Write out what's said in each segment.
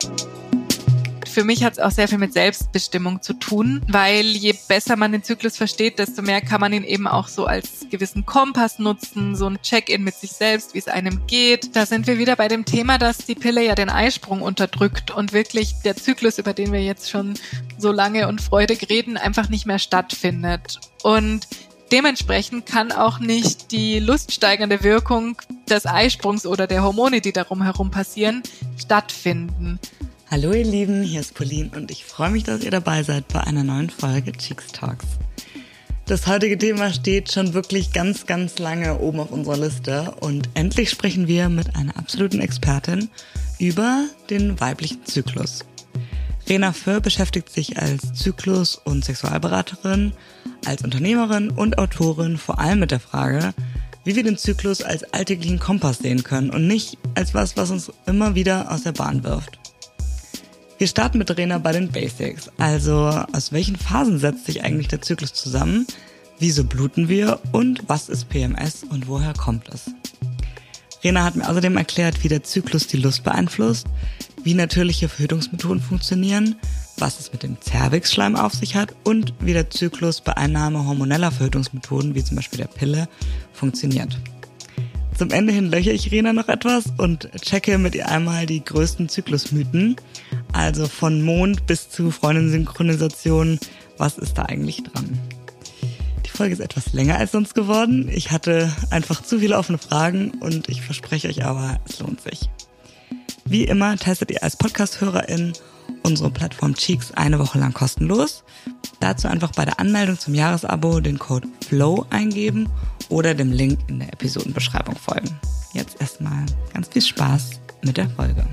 Für mich hat es auch sehr viel mit Selbstbestimmung zu tun, weil je besser man den Zyklus versteht, desto mehr kann man ihn eben auch so als gewissen Kompass nutzen, so ein Check-in mit sich selbst, wie es einem geht. Da sind wir wieder bei dem Thema, dass die Pille ja den Eisprung unterdrückt und wirklich der Zyklus, über den wir jetzt schon so lange und freudig reden, einfach nicht mehr stattfindet. Und dementsprechend kann auch nicht die luststeigernde Wirkung des Eisprungs oder der Hormone, die darum herum passieren, stattfinden. Hallo ihr Lieben, hier ist Pauline und ich freue mich, dass ihr dabei seid bei einer neuen Folge Cheeks Talks. Das heutige Thema steht schon wirklich ganz, ganz lange oben auf unserer Liste und endlich sprechen wir mit einer absoluten Expertin über den weiblichen Zyklus. Rena Föhr beschäftigt sich als Zyklus- und Sexualberaterin, als Unternehmerin und Autorin vor allem mit der Frage, wie wir den Zyklus als alltäglichen Kompass sehen können und nicht als was uns immer wieder aus der Bahn wirft. Wir starten mit Rena bei den Basics, also aus welchen Phasen setzt sich eigentlich der Zyklus zusammen, wieso bluten wir und was ist PMS und woher kommt es? Rena hat mir außerdem erklärt, wie der Zyklus die Lust beeinflusst, wie natürliche Verhütungsmethoden funktionieren, was es mit dem Zervixschleim auf sich hat und wie der Zyklus bei Einnahme hormoneller Verhütungsmethoden, wie zum Beispiel der Pille, funktioniert. Zum Ende hin löche ich Rena noch etwas und checke mit ihr einmal die größten Zyklusmythen, also von Mond bis zu Freundin-Synchronisation, was ist da eigentlich dran? Die Folge ist etwas länger als sonst geworden. Ich hatte einfach zu viele offene Fragen und ich verspreche euch aber, es lohnt sich. Wie immer testet ihr als Podcast-HörerIn unsere Plattform Cheeks eine Woche lang kostenlos. Dazu einfach bei der Anmeldung zum Jahresabo den Code FLOW eingeben oder dem Link in der Episodenbeschreibung folgen. Jetzt erstmal ganz viel Spaß mit der Folge.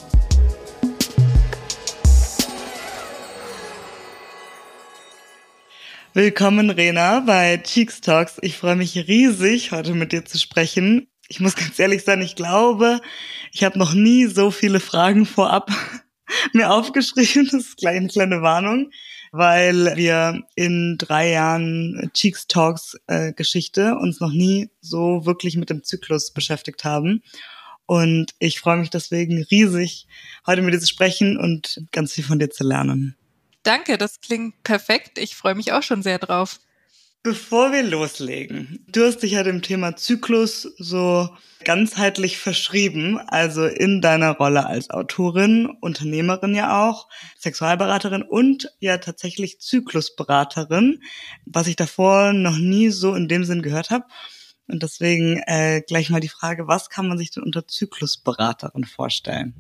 Willkommen, Rena, bei Cheeks Talks. Ich freue mich riesig, heute mit dir zu sprechen. Ich muss ganz ehrlich sein, ich glaube, ich habe noch nie so viele Fragen vorab mir aufgeschrieben. Das ist gleich eine kleine Warnung, weil wir in 3 Jahren Cheeks Talks Geschichte uns noch nie so wirklich mit dem Zyklus beschäftigt haben. Und ich freue mich deswegen riesig, heute mit dir zu sprechen und ganz viel von dir zu lernen. Danke, das klingt perfekt. Ich freue mich auch schon sehr drauf. Bevor wir loslegen, du hast dich ja dem Thema Zyklus so ganzheitlich verschrieben, also in deiner Rolle als Autorin, Unternehmerin ja auch, Sexualberaterin und ja tatsächlich Zyklusberaterin, was ich davor noch nie so in dem Sinn gehört habe. Und deswegen gleich mal die Frage, was kann man sich denn unter Zyklusberaterin vorstellen?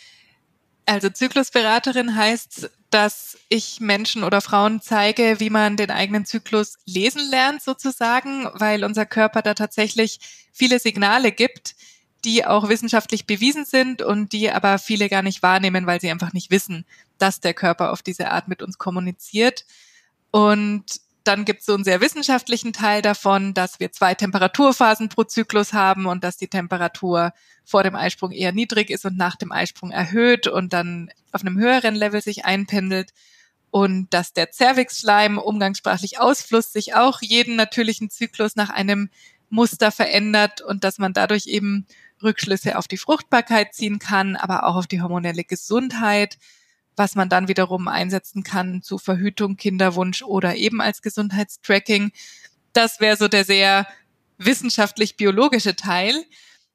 Also Zyklusberaterin heißt, dass ich Menschen oder Frauen zeige, wie man den eigenen Zyklus lesen lernt sozusagen, weil unser Körper da tatsächlich viele Signale gibt, die auch wissenschaftlich bewiesen sind und die aber viele gar nicht wahrnehmen, weil sie einfach nicht wissen, dass der Körper auf diese Art mit uns kommuniziert. Und dann gibt es so einen sehr wissenschaftlichen Teil davon, dass wir 2 Temperaturphasen pro Zyklus haben und dass die Temperatur vor dem Eisprung eher niedrig ist und nach dem Eisprung erhöht und dann auf einem höheren Level sich einpendelt und dass der Zervixschleim, umgangssprachlich Ausfluss, sich auch jeden natürlichen Zyklus nach einem Muster verändert und dass man dadurch eben Rückschlüsse auf die Fruchtbarkeit ziehen kann, aber auch auf die hormonelle Gesundheit, was man dann wiederum einsetzen kann zu Verhütung, Kinderwunsch oder eben als Gesundheitstracking. Das wäre so der sehr wissenschaftlich-biologische Teil.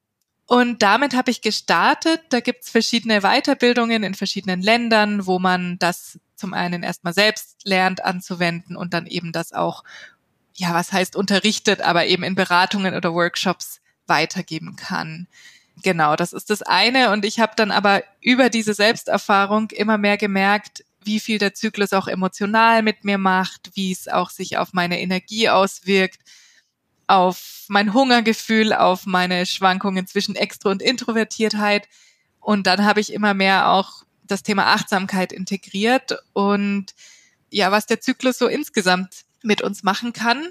Und damit habe ich gestartet. Da gibt's verschiedene Weiterbildungen in verschiedenen Ländern, wo man das zum einen erstmal selbst lernt anzuwenden und dann eben das auch, ja, was heißt unterrichtet, aber eben in Beratungen oder Workshops weitergeben kann. Genau, das ist das eine. Und ich habe dann aber über diese Selbsterfahrung immer mehr gemerkt, wie viel der Zyklus auch emotional mit mir macht, wie es auch sich auf meine Energie auswirkt, auf mein Hungergefühl, auf meine Schwankungen zwischen Extro- und Introvertiertheit. Und dann habe ich immer mehr auch das Thema Achtsamkeit integriert und ja, was der Zyklus so insgesamt mit uns machen kann.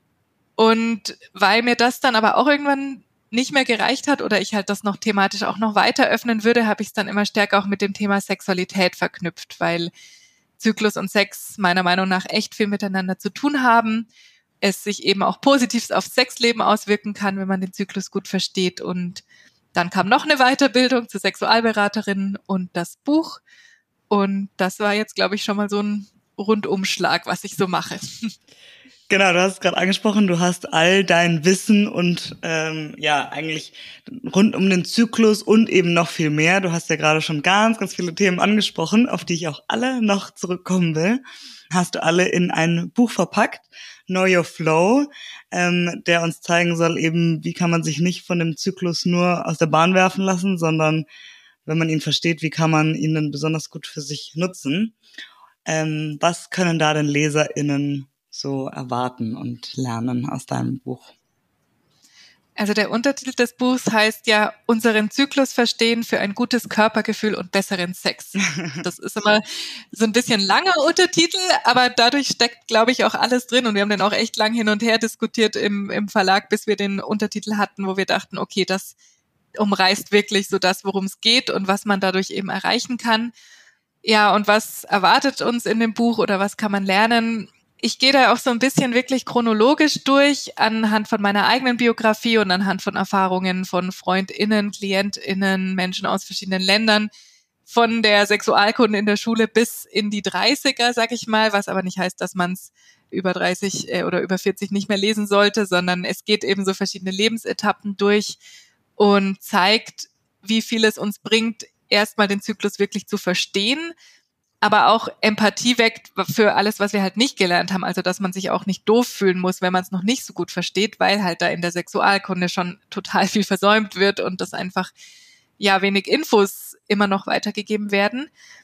Und weil mir das dann aber auch irgendwann nicht mehr gereicht hat oder ich halt das noch thematisch auch noch weiter öffnen würde, habe ich es dann immer stärker auch mit dem Thema Sexualität verknüpft, weil Zyklus und Sex meiner Meinung nach echt viel miteinander zu tun haben. Es sich eben auch positiv aufs Sexleben auswirken kann, wenn man den Zyklus gut versteht und Dann kam noch eine Weiterbildung zur Sexualberaterin und das Buch. Und das war jetzt, glaube ich, schon mal so ein Rundumschlag, was ich so mache. Genau, du hast es gerade angesprochen, du hast all dein Wissen und eigentlich rund um den Zyklus und eben noch viel mehr. Du hast ja gerade schon ganz, ganz viele Themen angesprochen, auf die ich auch alle noch zurückkommen will. Hast du alle in ein Buch verpackt, Know Your Flow, der uns zeigen soll eben, wie kann man sich nicht von dem Zyklus nur aus der Bahn werfen lassen, sondern wenn man ihn versteht, wie kann man ihn dann besonders gut für sich nutzen. Was können da denn LeserInnen so erwarten und lernen aus deinem Buch? Also der Untertitel des Buchs heißt ja unseren Zyklus verstehen für ein gutes Körpergefühl und besseren Sex. Das ist immer so ein bisschen langer Untertitel, aber dadurch steckt, glaube ich, auch alles drin. Und wir haben den auch echt lang hin und her diskutiert im Verlag, bis wir den Untertitel hatten, wo wir dachten, okay, das umreißt wirklich so das, worum es geht und was man dadurch eben erreichen kann. Ja, und was erwartet uns in dem Buch oder was kann man lernen? Ich gehe da auch so ein bisschen wirklich chronologisch durch, anhand von meiner eigenen Biografie und anhand von Erfahrungen von FreundInnen, KlientInnen, Menschen aus verschiedenen Ländern, von der Sexualkunde in der Schule bis in die 30er, sag ich mal, was aber nicht heißt, dass man es über 30 oder über 40 nicht mehr lesen sollte, sondern es geht eben so verschiedene Lebensetappen durch und zeigt, wie viel es uns bringt, erstmal den Zyklus wirklich zu verstehen, aber auch Empathie weckt für alles, was wir halt nicht gelernt haben. Also, dass man sich auch nicht doof fühlen muss, wenn man es noch nicht so gut versteht, weil halt da in der Sexualkunde schon total viel versäumt wird und das einfach, ja, wenig Infos immer noch weitergegeben werden.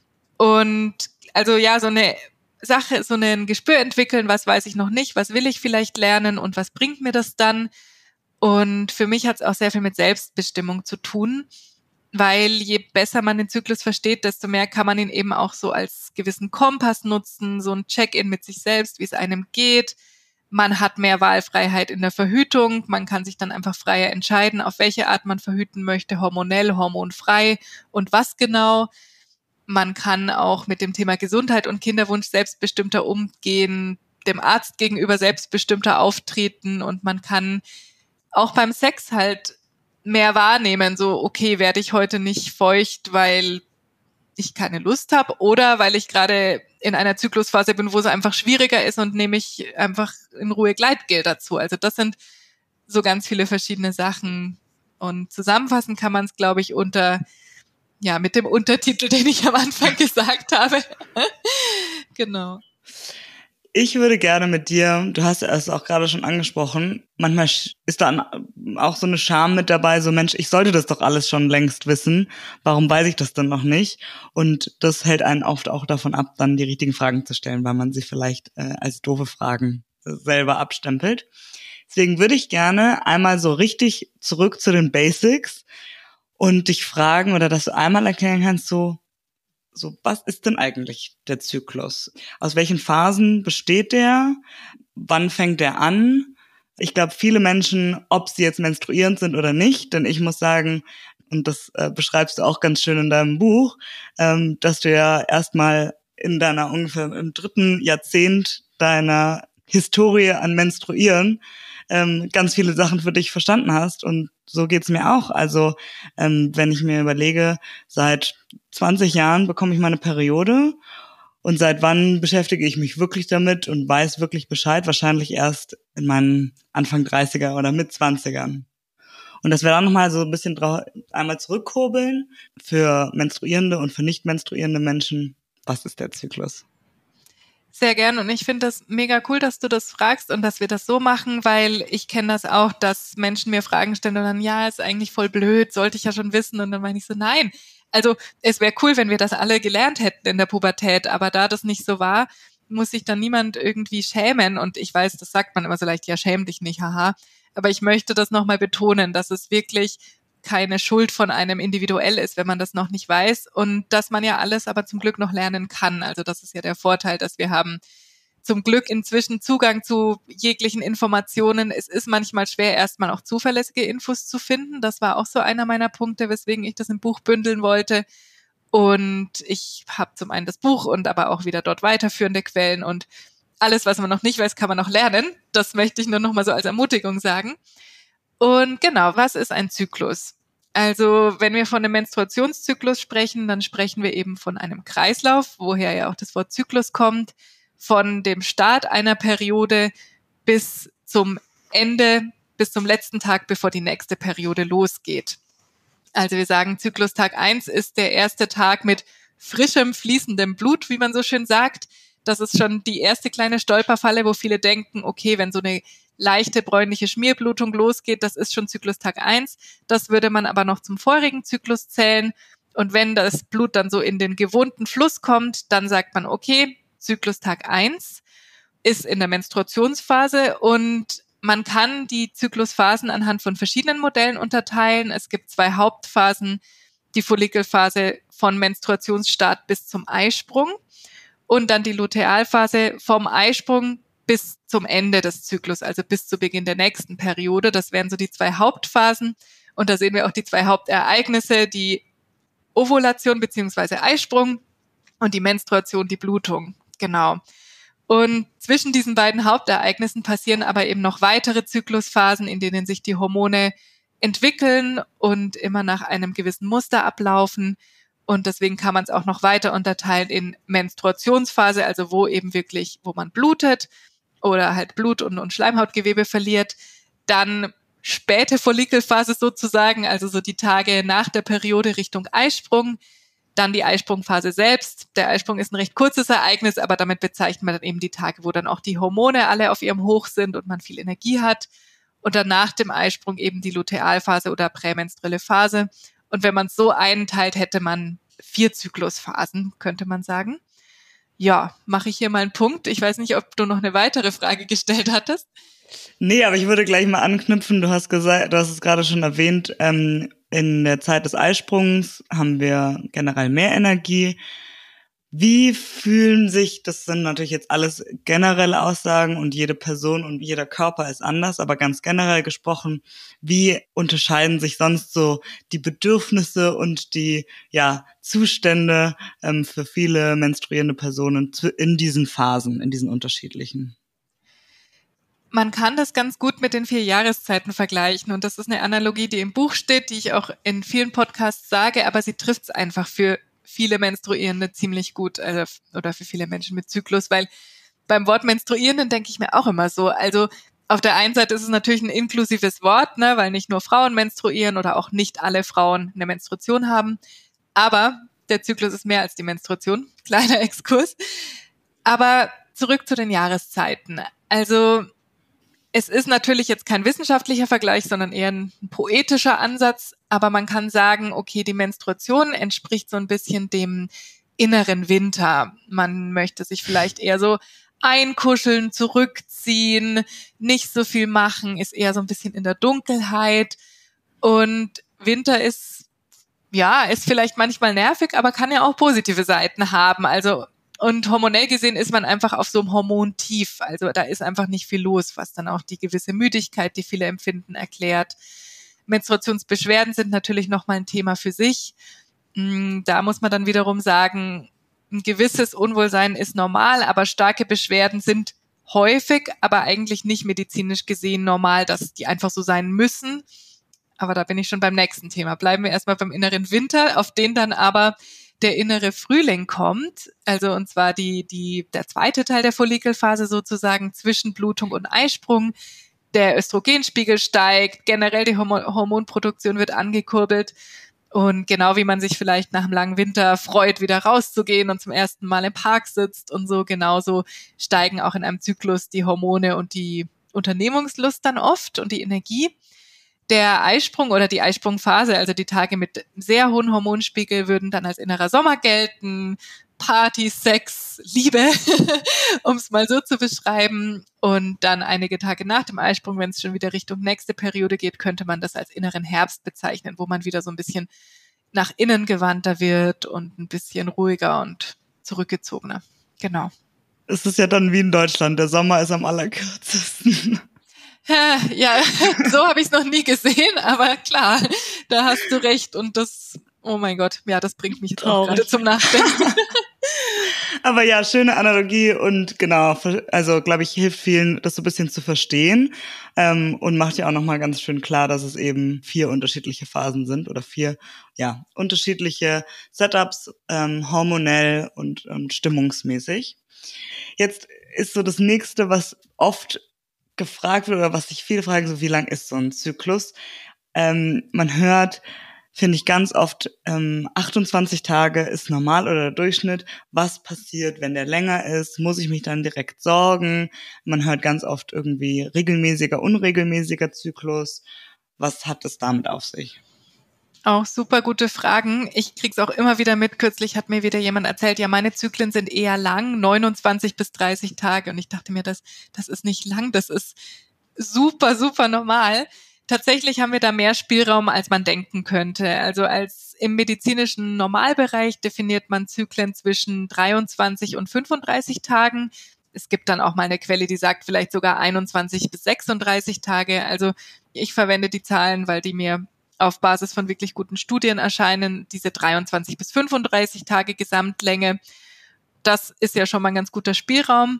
Und also, ja, so eine Sache, so ein Gespür entwickeln, was weiß ich noch nicht, was will ich vielleicht lernen und was bringt mir das dann? Und für mich hat es auch sehr viel mit Selbstbestimmung zu tun, weil je besser man den Zyklus versteht, desto mehr kann man ihn eben auch so als gewissen Kompass nutzen, so ein Check-in mit sich selbst, wie es einem geht. Man hat mehr Wahlfreiheit in der Verhütung. Man kann sich dann einfach freier entscheiden, auf welche Art man verhüten möchte, hormonell, hormonfrei und was genau. Man kann auch mit dem Thema Gesundheit und Kinderwunsch selbstbestimmter umgehen, dem Arzt gegenüber selbstbestimmter auftreten und man kann auch beim Sex halt mehr wahrnehmen, so, okay, werde ich heute nicht feucht, weil ich keine Lust habe oder weil ich gerade in einer Zyklusphase bin, wo es einfach schwieriger ist und nehme ich einfach in Ruhe Gleitgel dazu. Also das sind so ganz viele verschiedene Sachen und zusammenfassen kann man es, glaube ich, mit dem Untertitel, den ich am Anfang gesagt habe. Genau. Ich würde gerne mit dir, du hast es auch gerade schon angesprochen, manchmal ist da auch so eine Scham mit dabei, so Mensch, ich sollte das doch alles schon längst wissen, warum weiß ich das denn noch nicht? Und das hält einen oft auch davon ab, dann die richtigen Fragen zu stellen, weil man sie vielleicht als doofe Fragen selber abstempelt. Deswegen würde ich gerne einmal so richtig zurück zu den Basics und dich fragen oder dass du einmal erklären kannst, so, was ist denn eigentlich der Zyklus? Aus welchen Phasen besteht der? Wann fängt der an? Ich glaube, viele Menschen, ob sie jetzt menstruierend sind oder nicht, denn ich muss sagen, und das beschreibst du auch ganz schön in deinem Buch, dass du ja erstmal in deiner ungefähr im 3. Jahrzehnt deiner Historie an Menstruieren ganz viele Sachen für dich verstanden hast. Und so geht's mir auch. Also wenn ich mir überlege, seit 20 Jahren bekomme ich meine Periode und seit wann beschäftige ich mich wirklich damit und weiß wirklich Bescheid? Wahrscheinlich erst in meinen Anfang 30er oder mit 20ern. Und das wäre auch nochmal so ein bisschen einmal zurückkurbeln für menstruierende und für nicht menstruierende Menschen. Was ist der Zyklus? Sehr gern und ich finde das mega cool, dass du das fragst und dass wir das so machen, weil ich kenne das auch, dass Menschen mir Fragen stellen und dann, ja, ist eigentlich voll blöd, sollte ich ja schon wissen und dann meine ich so, nein. Also es wäre cool, wenn wir das alle gelernt hätten in der Pubertät, aber da das nicht so war, muss sich dann niemand irgendwie schämen und ich weiß, das sagt man immer so leicht, ja, schäm dich nicht, haha, aber ich möchte das nochmal betonen, dass es wirklich keine Schuld von einem individuell ist, wenn man das noch nicht weiß und dass man ja alles aber zum Glück noch lernen kann. Also das ist ja der Vorteil, dass wir haben zum Glück inzwischen Zugang zu jeglichen Informationen. Es ist manchmal schwer, erstmal auch zuverlässige Infos zu finden. Das war auch so einer meiner Punkte, weswegen ich das im Buch bündeln wollte. Und ich habe zum einen das Buch und aber auch wieder dort weiterführende Quellen und alles, was man noch nicht weiß, kann man noch lernen. Das möchte ich nur noch mal so als Ermutigung sagen. Und genau, was ist ein Zyklus? Also wenn wir von einem Menstruationszyklus sprechen, dann sprechen wir eben von einem Kreislauf, woher ja auch das Wort Zyklus kommt, von dem Start einer Periode bis zum Ende, bis zum letzten Tag, bevor die nächste Periode losgeht. Also wir sagen, Zyklustag 1 ist der erste Tag mit frischem, fließendem Blut, wie man so schön sagt. Das ist schon die erste kleine Stolperfalle, wo viele denken, okay, wenn so eine leichte bräunliche Schmierblutung losgeht, das ist schon Zyklustag 1. Das würde man aber noch zum vorigen Zyklus zählen. Und wenn das Blut dann so in den gewohnten Fluss kommt, dann sagt man, okay, Zyklustag 1 ist in der Menstruationsphase und man kann die Zyklusphasen anhand von verschiedenen Modellen unterteilen. Es gibt 2 Hauptphasen, die Follikelphase von Menstruationsstart bis zum Eisprung und dann die Lutealphase vom Eisprung bis zum Ende des Zyklus, also bis zu Beginn der nächsten Periode. Das wären so die 2 Hauptphasen. Und da sehen wir auch die 2 Hauptereignisse, die Ovulation bzw. Eisprung und die Menstruation, die Blutung. Genau. Und zwischen diesen beiden Hauptereignissen passieren aber eben noch weitere Zyklusphasen, in denen sich die Hormone entwickeln und immer nach einem gewissen Muster ablaufen. Und deswegen kann man es auch noch weiter unterteilen in Menstruationsphase, also wo man blutet oder halt Blut und Schleimhautgewebe verliert. Dann späte Follikelphase sozusagen, also so die Tage nach der Periode Richtung Eisprung. Dann die Eisprungphase selbst. Der Eisprung ist ein recht kurzes Ereignis, aber damit bezeichnet man dann eben die Tage, wo dann auch die Hormone alle auf ihrem Hoch sind und man viel Energie hat. Und dann nach dem Eisprung eben die Lutealphase oder prämenstruelle Phase. Und wenn man es so einteilt, hätte man 4 Zyklusphasen, könnte man sagen. Ja, mache ich hier mal einen Punkt. Ich weiß nicht, ob du noch eine weitere Frage gestellt hattest. Nee, aber ich würde gleich mal anknüpfen. Du hast es gerade schon erwähnt, in der Zeit des Eisprungs haben wir generell mehr Energie. Wie fühlen sich, das sind natürlich jetzt alles generelle Aussagen und jede Person und jeder Körper ist anders, aber ganz generell gesprochen, wie unterscheiden sich sonst so die Bedürfnisse und die Zustände für viele menstruierende Personen in diesen Phasen, in diesen unterschiedlichen? Man kann das ganz gut mit den 4 Jahreszeiten vergleichen und das ist eine Analogie, die im Buch steht, die ich auch in vielen Podcasts sage, aber sie trifft es einfach für viele Menstruierende ziemlich gut oder für viele Menschen mit Zyklus, weil beim Wort Menstruierenden denke ich mir auch immer so, also auf der einen Seite ist es natürlich ein inklusives Wort, ne, weil nicht nur Frauen menstruieren oder auch nicht alle Frauen eine Menstruation haben, aber der Zyklus ist mehr als die Menstruation, kleiner Exkurs. Aber zurück zu den Jahreszeiten. Also es ist natürlich jetzt kein wissenschaftlicher Vergleich, sondern eher ein poetischer Ansatz. Aber man kann sagen, okay, die Menstruation entspricht so ein bisschen dem inneren Winter. Man möchte sich vielleicht eher so einkuscheln, zurückziehen, nicht so viel machen, ist eher so ein bisschen in der Dunkelheit. Und Winter ist vielleicht manchmal nervig, aber kann ja auch positive Seiten haben. Also und hormonell gesehen ist man einfach auf so einem Hormontief. Also da ist einfach nicht viel los, was dann auch die gewisse Müdigkeit, die viele empfinden, erklärt. Menstruationsbeschwerden sind natürlich nochmal ein Thema für sich. Da muss man dann wiederum sagen, ein gewisses Unwohlsein ist normal, aber starke Beschwerden sind häufig, aber eigentlich nicht medizinisch gesehen normal, dass die einfach so sein müssen. Aber da bin ich schon beim nächsten Thema. Bleiben wir erstmal beim inneren Winter, auf den dann aber der innere Frühling kommt, also und zwar der zweite Teil der Follikelphase sozusagen zwischen Blutung und Eisprung. Der Östrogenspiegel steigt, generell die Hormonproduktion wird angekurbelt und genau wie man sich vielleicht nach einem langen Winter freut, wieder rauszugehen und zum ersten Mal im Park sitzt und so, genauso steigen auch in einem Zyklus die Hormone und die Unternehmungslust dann oft und die Energie. Der Eisprung oder die Eisprungphase, also die Tage mit sehr hohen Hormonspiegel, würden dann als innerer Sommer gelten. Party, Sex, Liebe, um es mal so zu beschreiben. Und dann einige Tage nach dem Eisprung, wenn es schon wieder Richtung nächste Periode geht, könnte man das als inneren Herbst bezeichnen, wo man wieder so ein bisschen nach innen gewandter wird und ein bisschen ruhiger und zurückgezogener. Genau. Es ist ja dann wie in Deutschland, der Sommer ist am allerkürzesten. Ja, so habe ich es noch nie gesehen, aber klar, da hast du recht und das, oh mein Gott, ja, das bringt mich jetzt auch gerade zum Nachdenken. Aber ja, schöne Analogie und genau, also glaube ich, hilft vielen, das so ein bisschen zu verstehen und macht ja auch nochmal ganz schön klar, dass es eben 4 unterschiedliche Phasen sind oder 4, ja, unterschiedliche Setups, hormonell und stimmungsmäßig. Jetzt ist so das Nächste, was oft gefragt wird oder was sich viele fragen, so wie lang ist so ein Zyklus? Man hört, finde ich ganz oft, 28 Tage ist normal oder der Durchschnitt. Was passiert, wenn der länger ist? Muss ich mich dann direkt sorgen? Man hört ganz oft irgendwie regelmäßiger, unregelmäßiger Zyklus. Was hat es damit auf sich? Auch super gute Fragen. Ich krieg's auch immer wieder mit. Kürzlich hat mir wieder jemand erzählt, ja, meine Zyklen sind eher lang, 29 bis 30 Tage. Und ich dachte mir, das ist nicht lang, das ist super, super normal. Tatsächlich haben wir da mehr Spielraum, als man denken könnte. Also als im medizinischen Normalbereich definiert man Zyklen zwischen 23 und 35 Tagen. Es gibt dann auch mal eine Quelle, die sagt vielleicht sogar 21 bis 36 Tage. Also ich verwende die Zahlen, weil die mir auf Basis von wirklich guten Studien erscheinen, diese 23 bis 35 Tage Gesamtlänge. Das ist ja schon mal ein ganz guter Spielraum.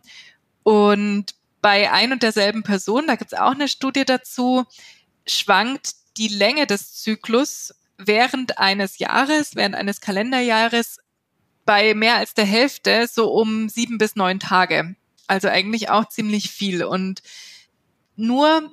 Und bei ein und derselben Person, da gibt es auch eine Studie dazu, schwankt die Länge des Zyklus während eines Jahres, während eines Kalenderjahres bei mehr als der Hälfte so um 7 bis 9 Tage. Also eigentlich auch ziemlich viel. Und nur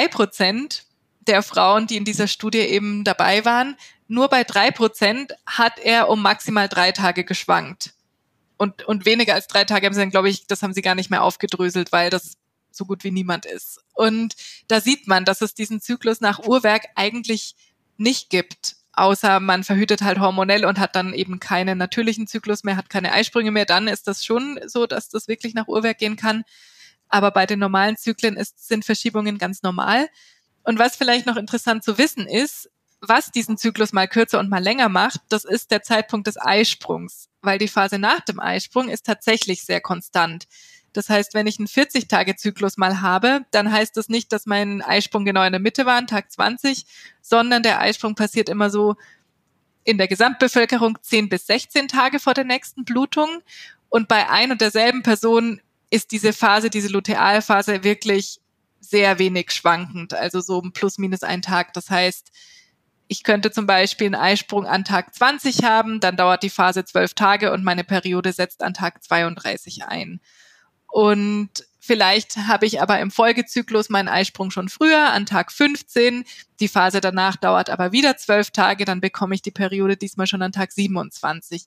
3% der Frauen, die in dieser Studie eben dabei waren, nur bei 3% hat er um maximal 3 Tage geschwankt. Und weniger als 3 Tage haben sie dann, glaube ich, das haben sie gar nicht mehr aufgedröselt, weil das so gut wie niemand ist. Und da sieht man, dass es diesen Zyklus nach Uhrwerk eigentlich nicht gibt, außer man verhütet halt hormonell und hat dann eben keinen natürlichen Zyklus mehr, hat keine Eisprünge mehr. Dann ist das schon so, dass das wirklich nach Uhrwerk gehen kann. Aber bei den normalen Zyklen sind Verschiebungen ganz normal. Und was vielleicht noch interessant zu wissen ist, was diesen Zyklus mal kürzer und mal länger macht, das ist der Zeitpunkt des Eisprungs, weil die Phase nach dem Eisprung ist tatsächlich sehr konstant. Das heißt, wenn ich einen 40-Tage-Zyklus mal habe, dann heißt das nicht, dass mein Eisprung genau in der Mitte war, an Tag 20, sondern der Eisprung passiert immer so in der Gesamtbevölkerung 10 bis 16 Tage vor der nächsten Blutung. Und bei ein und derselben Person ist diese Phase, diese Lutealphase wirklich sehr wenig schwankend, also so plus minus 1 Tag. Das heißt, ich könnte zum Beispiel einen Eisprung an Tag 20 haben, dann dauert die Phase 12 Tage und meine Periode setzt an Tag 32 ein. Und vielleicht habe ich aber im Folgezyklus meinen Eisprung schon früher, an Tag 15. Die Phase danach dauert aber wieder 12 Tage, dann bekomme ich die Periode diesmal schon an Tag 27.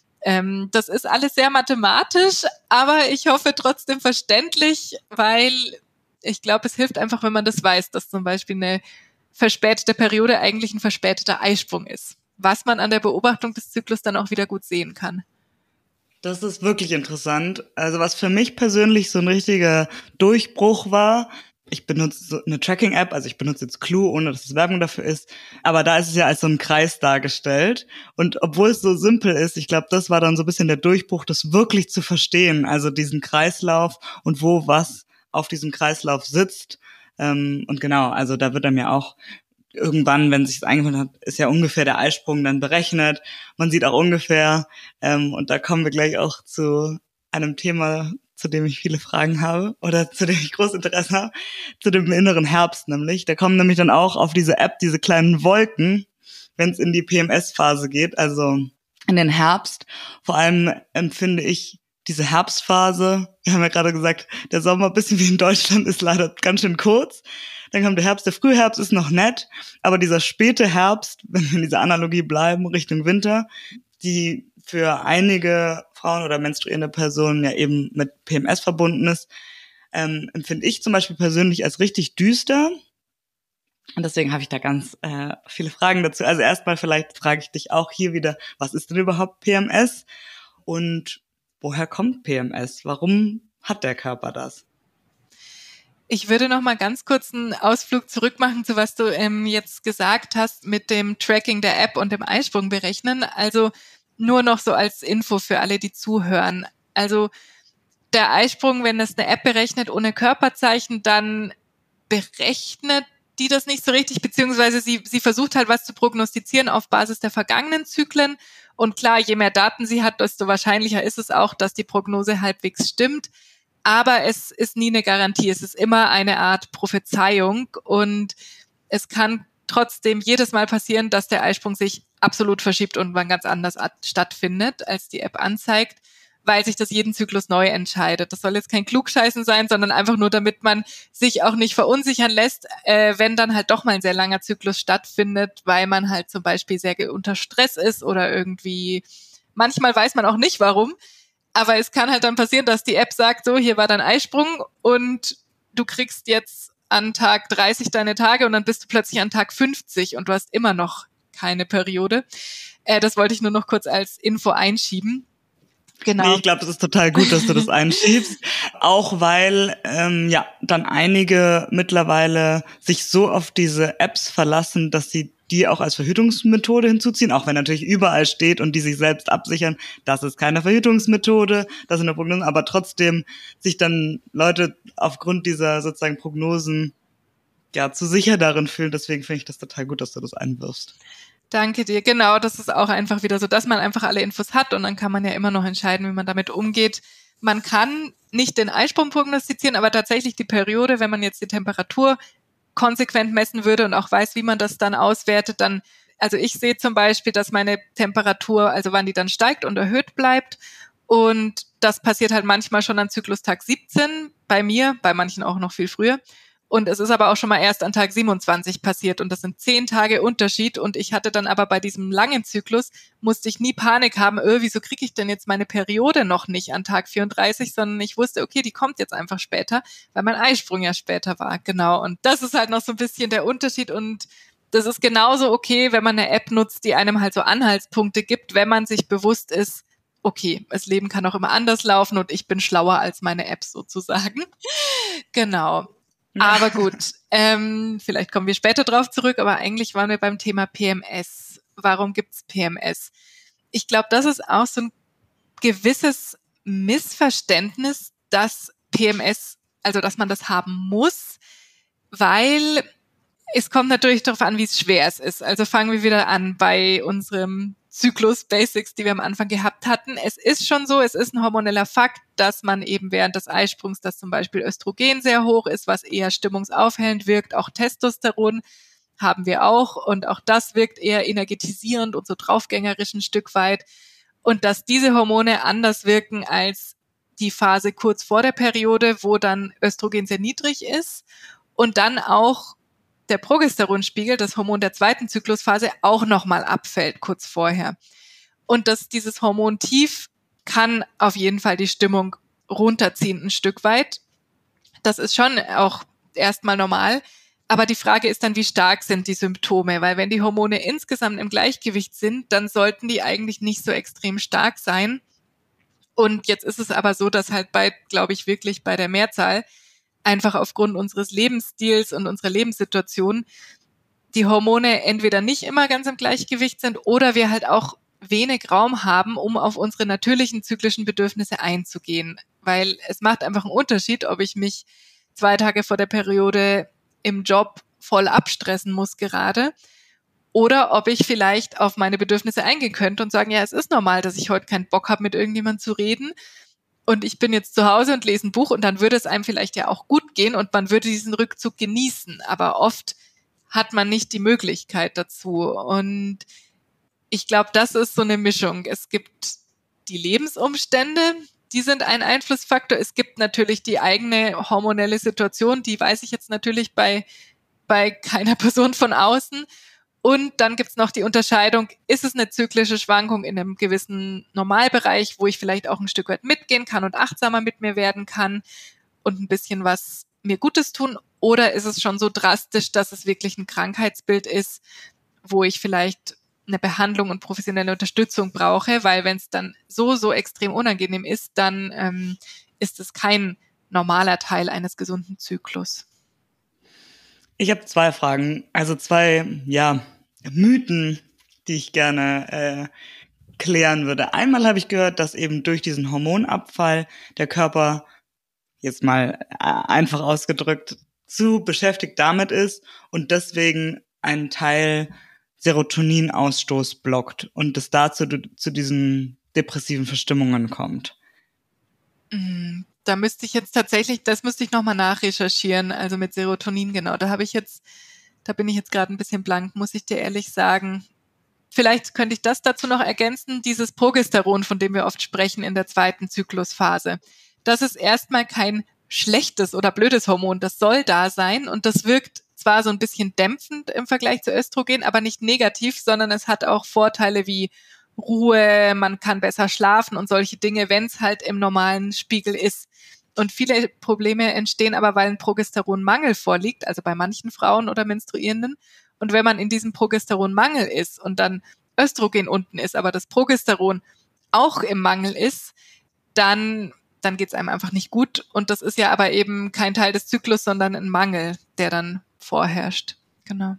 Das ist alles sehr mathematisch, aber ich hoffe trotzdem verständlich, weil ich glaube, es hilft einfach, wenn man das weiß, dass zum Beispiel eine verspätete Periode eigentlich ein verspäteter Eisprung ist, was man an der Beobachtung des Zyklus dann auch wieder gut sehen kann. Das ist wirklich interessant. Also was für mich persönlich so ein richtiger Durchbruch war, ich benutze so eine Tracking-App, also ich benutze jetzt Clue, ohne dass es Werbung dafür ist, aber da ist es ja als so ein Kreis dargestellt. Und obwohl es so simpel ist, ich glaube, das war dann so ein bisschen der Durchbruch, das wirklich zu verstehen, also diesen Kreislauf und wo was auf diesem Kreislauf sitzt. Und genau, also da wird dann ja auch irgendwann, wenn sich es eingefunden hat, ist ja ungefähr der Eisprung dann berechnet. Man sieht auch ungefähr, und da kommen wir gleich auch zu einem Thema, zu dem ich viele Fragen habe oder zu dem ich großes Interesse habe, zu dem inneren Herbst nämlich. Da kommen nämlich dann auch auf diese App diese kleinen Wolken, wenn es in die PMS-Phase geht, also in den Herbst. Vor allem empfinde ich diese Herbstphase, wir haben ja gerade gesagt, der Sommer, ein bisschen wie in Deutschland, ist leider ganz schön kurz. Dann kommt der Herbst, der Frühherbst ist noch nett, aber dieser späte Herbst, wenn wir in dieser Analogie bleiben, Richtung Winter, die für einige Frauen oder menstruierende Personen ja eben mit PMS verbunden ist, empfinde ich zum Beispiel persönlich als richtig düster. Und deswegen habe ich da ganz viele Fragen dazu. Also erstmal vielleicht frage ich dich auch hier wieder, was ist denn überhaupt PMS? Und woher kommt PMS? Warum hat der Körper das? Ich würde noch mal ganz kurz einen Ausflug zurück machen zu was du jetzt gesagt hast mit dem Tracking der App und dem Eisprung berechnen. Also nur noch so als Info für alle, die zuhören. Also der Eisprung, wenn das eine App berechnet ohne Körperzeichen, dann berechnet die das nicht so richtig, beziehungsweise sie versucht halt was zu prognostizieren auf Basis der vergangenen Zyklen. Und klar, je mehr Daten sie hat, desto wahrscheinlicher ist es auch, dass die Prognose halbwegs stimmt. Aber es ist nie eine Garantie. Es ist immer eine Art Prophezeiung. Und es kann trotzdem jedes Mal passieren, dass der Eisprung sich absolut verschiebt und wann ganz anders stattfindet, als die App anzeigt, weil sich das jeden Zyklus neu entscheidet. Das soll jetzt kein Klugscheißen sein, sondern einfach nur, damit man sich auch nicht verunsichern lässt, wenn dann halt doch mal ein sehr langer Zyklus stattfindet, weil man halt zum Beispiel sehr unter Stress ist oder irgendwie, manchmal weiß man auch nicht warum, aber es kann halt dann passieren, dass die App sagt, so, hier war dein Eisprung und du kriegst jetzt an Tag 30 deine Tage und dann bist du plötzlich an Tag 50 und du hast immer noch keine Periode. Das wollte ich nur noch kurz als Info einschieben. Genau. Nee, ich glaube, das ist total gut, dass du das einschiebst. Auch weil dann einige mittlerweile sich so auf diese Apps verlassen, dass sie die auch als Verhütungsmethode hinzuziehen, auch wenn natürlich überall steht und die sich selbst absichern, das ist keine Verhütungsmethode, das ist eine Prognose, aber trotzdem sich dann Leute aufgrund dieser sozusagen Prognosen zu sicher darin fühlen. Deswegen finde ich das total gut, dass du das einwirfst. Danke dir. Genau, das ist auch einfach wieder so, dass man einfach alle Infos hat und dann kann man ja immer noch entscheiden, wie man damit umgeht. Man kann nicht den Eisprung prognostizieren, aber tatsächlich die Periode, wenn man jetzt die Temperatur konsequent messen würde und auch weiß, wie man das dann auswertet, dann, also ich sehe zum Beispiel, dass meine Temperatur, also wann die dann steigt und erhöht bleibt, und das passiert halt manchmal schon an Zyklustag 17 bei mir, bei manchen auch noch viel früher. Und es ist aber auch schon mal erst an Tag 27 passiert und das sind 10 Tage Unterschied. Und ich hatte dann aber bei diesem langen Zyklus, musste ich nie Panik haben, wieso kriege ich denn jetzt meine Periode noch nicht an Tag 34, sondern ich wusste, okay, die kommt jetzt einfach später, weil mein Eisprung ja später war. Genau, und das ist halt noch so ein bisschen der Unterschied und das ist genauso okay, wenn man eine App nutzt, die einem halt so Anhaltspunkte gibt, wenn man sich bewusst ist, okay, das Leben kann auch immer anders laufen und ich bin schlauer als meine Apps sozusagen. Genau. Aber gut, vielleicht kommen wir später drauf zurück, aber eigentlich waren wir beim Thema PMS. Warum gibt's PMS? Ich glaube, das ist auch so ein gewisses Missverständnis, dass PMS, also dass man das haben muss, weil es kommt natürlich darauf an, wie schwer es ist. Also fangen wir wieder an bei unserem Zyklus-Basics, die wir am Anfang gehabt hatten. Es ist schon so, es ist ein hormoneller Fakt, dass man eben während des Eisprungs, dass zum Beispiel Östrogen sehr hoch ist, was eher stimmungsaufhellend wirkt. Auch Testosteron haben wir auch und auch das wirkt eher energetisierend und so draufgängerisch ein Stück weit. Und dass diese Hormone anders wirken als die Phase kurz vor der Periode, wo dann Östrogen sehr niedrig ist und dann auch der Progesteronspiegel, das Hormon der zweiten Zyklusphase, auch nochmal abfällt kurz vorher. Und dieses Hormon tief kann auf jeden Fall die Stimmung runterziehen ein Stück weit. Das ist schon auch erstmal normal. Aber die Frage ist dann, wie stark sind die Symptome? Weil wenn die Hormone insgesamt im Gleichgewicht sind, dann sollten die eigentlich nicht so extrem stark sein. Und jetzt ist es aber so, dass halt glaube ich, wirklich bei der Mehrzahl einfach aufgrund unseres Lebensstils und unserer Lebenssituation die Hormone entweder nicht immer ganz im Gleichgewicht sind oder wir halt auch wenig Raum haben, um auf unsere natürlichen zyklischen Bedürfnisse einzugehen. Weil es macht einfach einen Unterschied, ob ich mich 2 Tage vor der Periode im Job voll abstressen muss gerade oder ob ich vielleicht auf meine Bedürfnisse eingehen könnte und sagen, ja, es ist normal, dass ich heute keinen Bock habe, mit irgendjemandem zu reden. Und ich bin jetzt zu Hause und lese ein Buch und dann würde es einem vielleicht ja auch gut gehen und man würde diesen Rückzug genießen. Aber oft hat man nicht die Möglichkeit dazu. Und ich glaube, das ist so eine Mischung. Es gibt die Lebensumstände, die sind ein Einflussfaktor. Es gibt natürlich die eigene hormonelle Situation, die weiß ich jetzt natürlich bei keiner Person von außen. Und dann gibt's noch die Unterscheidung, ist es eine zyklische Schwankung in einem gewissen Normalbereich, wo ich vielleicht auch ein Stück weit mitgehen kann und achtsamer mit mir werden kann und ein bisschen was mir Gutes tun? Oder ist es schon so drastisch, dass es wirklich ein Krankheitsbild ist, wo ich vielleicht eine Behandlung und professionelle Unterstützung brauche? Weil wenn es dann so extrem unangenehm ist, dann ist es kein normaler Teil eines gesunden Zyklus. Ich habe 2 Fragen, also 2, Mythen, die ich gerne klären würde. Einmal habe ich gehört, dass eben durch diesen Hormonabfall der Körper, jetzt mal einfach ausgedrückt, zu beschäftigt damit ist und deswegen einen Teil Serotoninausstoß blockt und es dazu zu diesen depressiven Verstimmungen kommt. Da müsste ich jetzt tatsächlich, das müsste ich nochmal nachrecherchieren, also mit Serotonin, genau. Da bin ich jetzt gerade ein bisschen blank, muss ich dir ehrlich sagen. Vielleicht könnte ich das dazu noch ergänzen, dieses Progesteron, von dem wir oft sprechen in der zweiten Zyklusphase. Das ist erstmal kein schlechtes oder blödes Hormon, das soll da sein und das wirkt zwar so ein bisschen dämpfend im Vergleich zu Östrogen, aber nicht negativ, sondern es hat auch Vorteile wie Ruhe, man kann besser schlafen und solche Dinge, wenn es halt im normalen Spiegel ist. Und viele Probleme entstehen aber, weil ein Progesteronmangel vorliegt, also bei manchen Frauen oder Menstruierenden. Und wenn man in diesem Progesteronmangel ist und dann Östrogen unten ist, aber das Progesteron auch im Mangel ist, dann geht es einem einfach nicht gut. Und das ist ja aber eben kein Teil des Zyklus, sondern ein Mangel, der dann vorherrscht. Genau.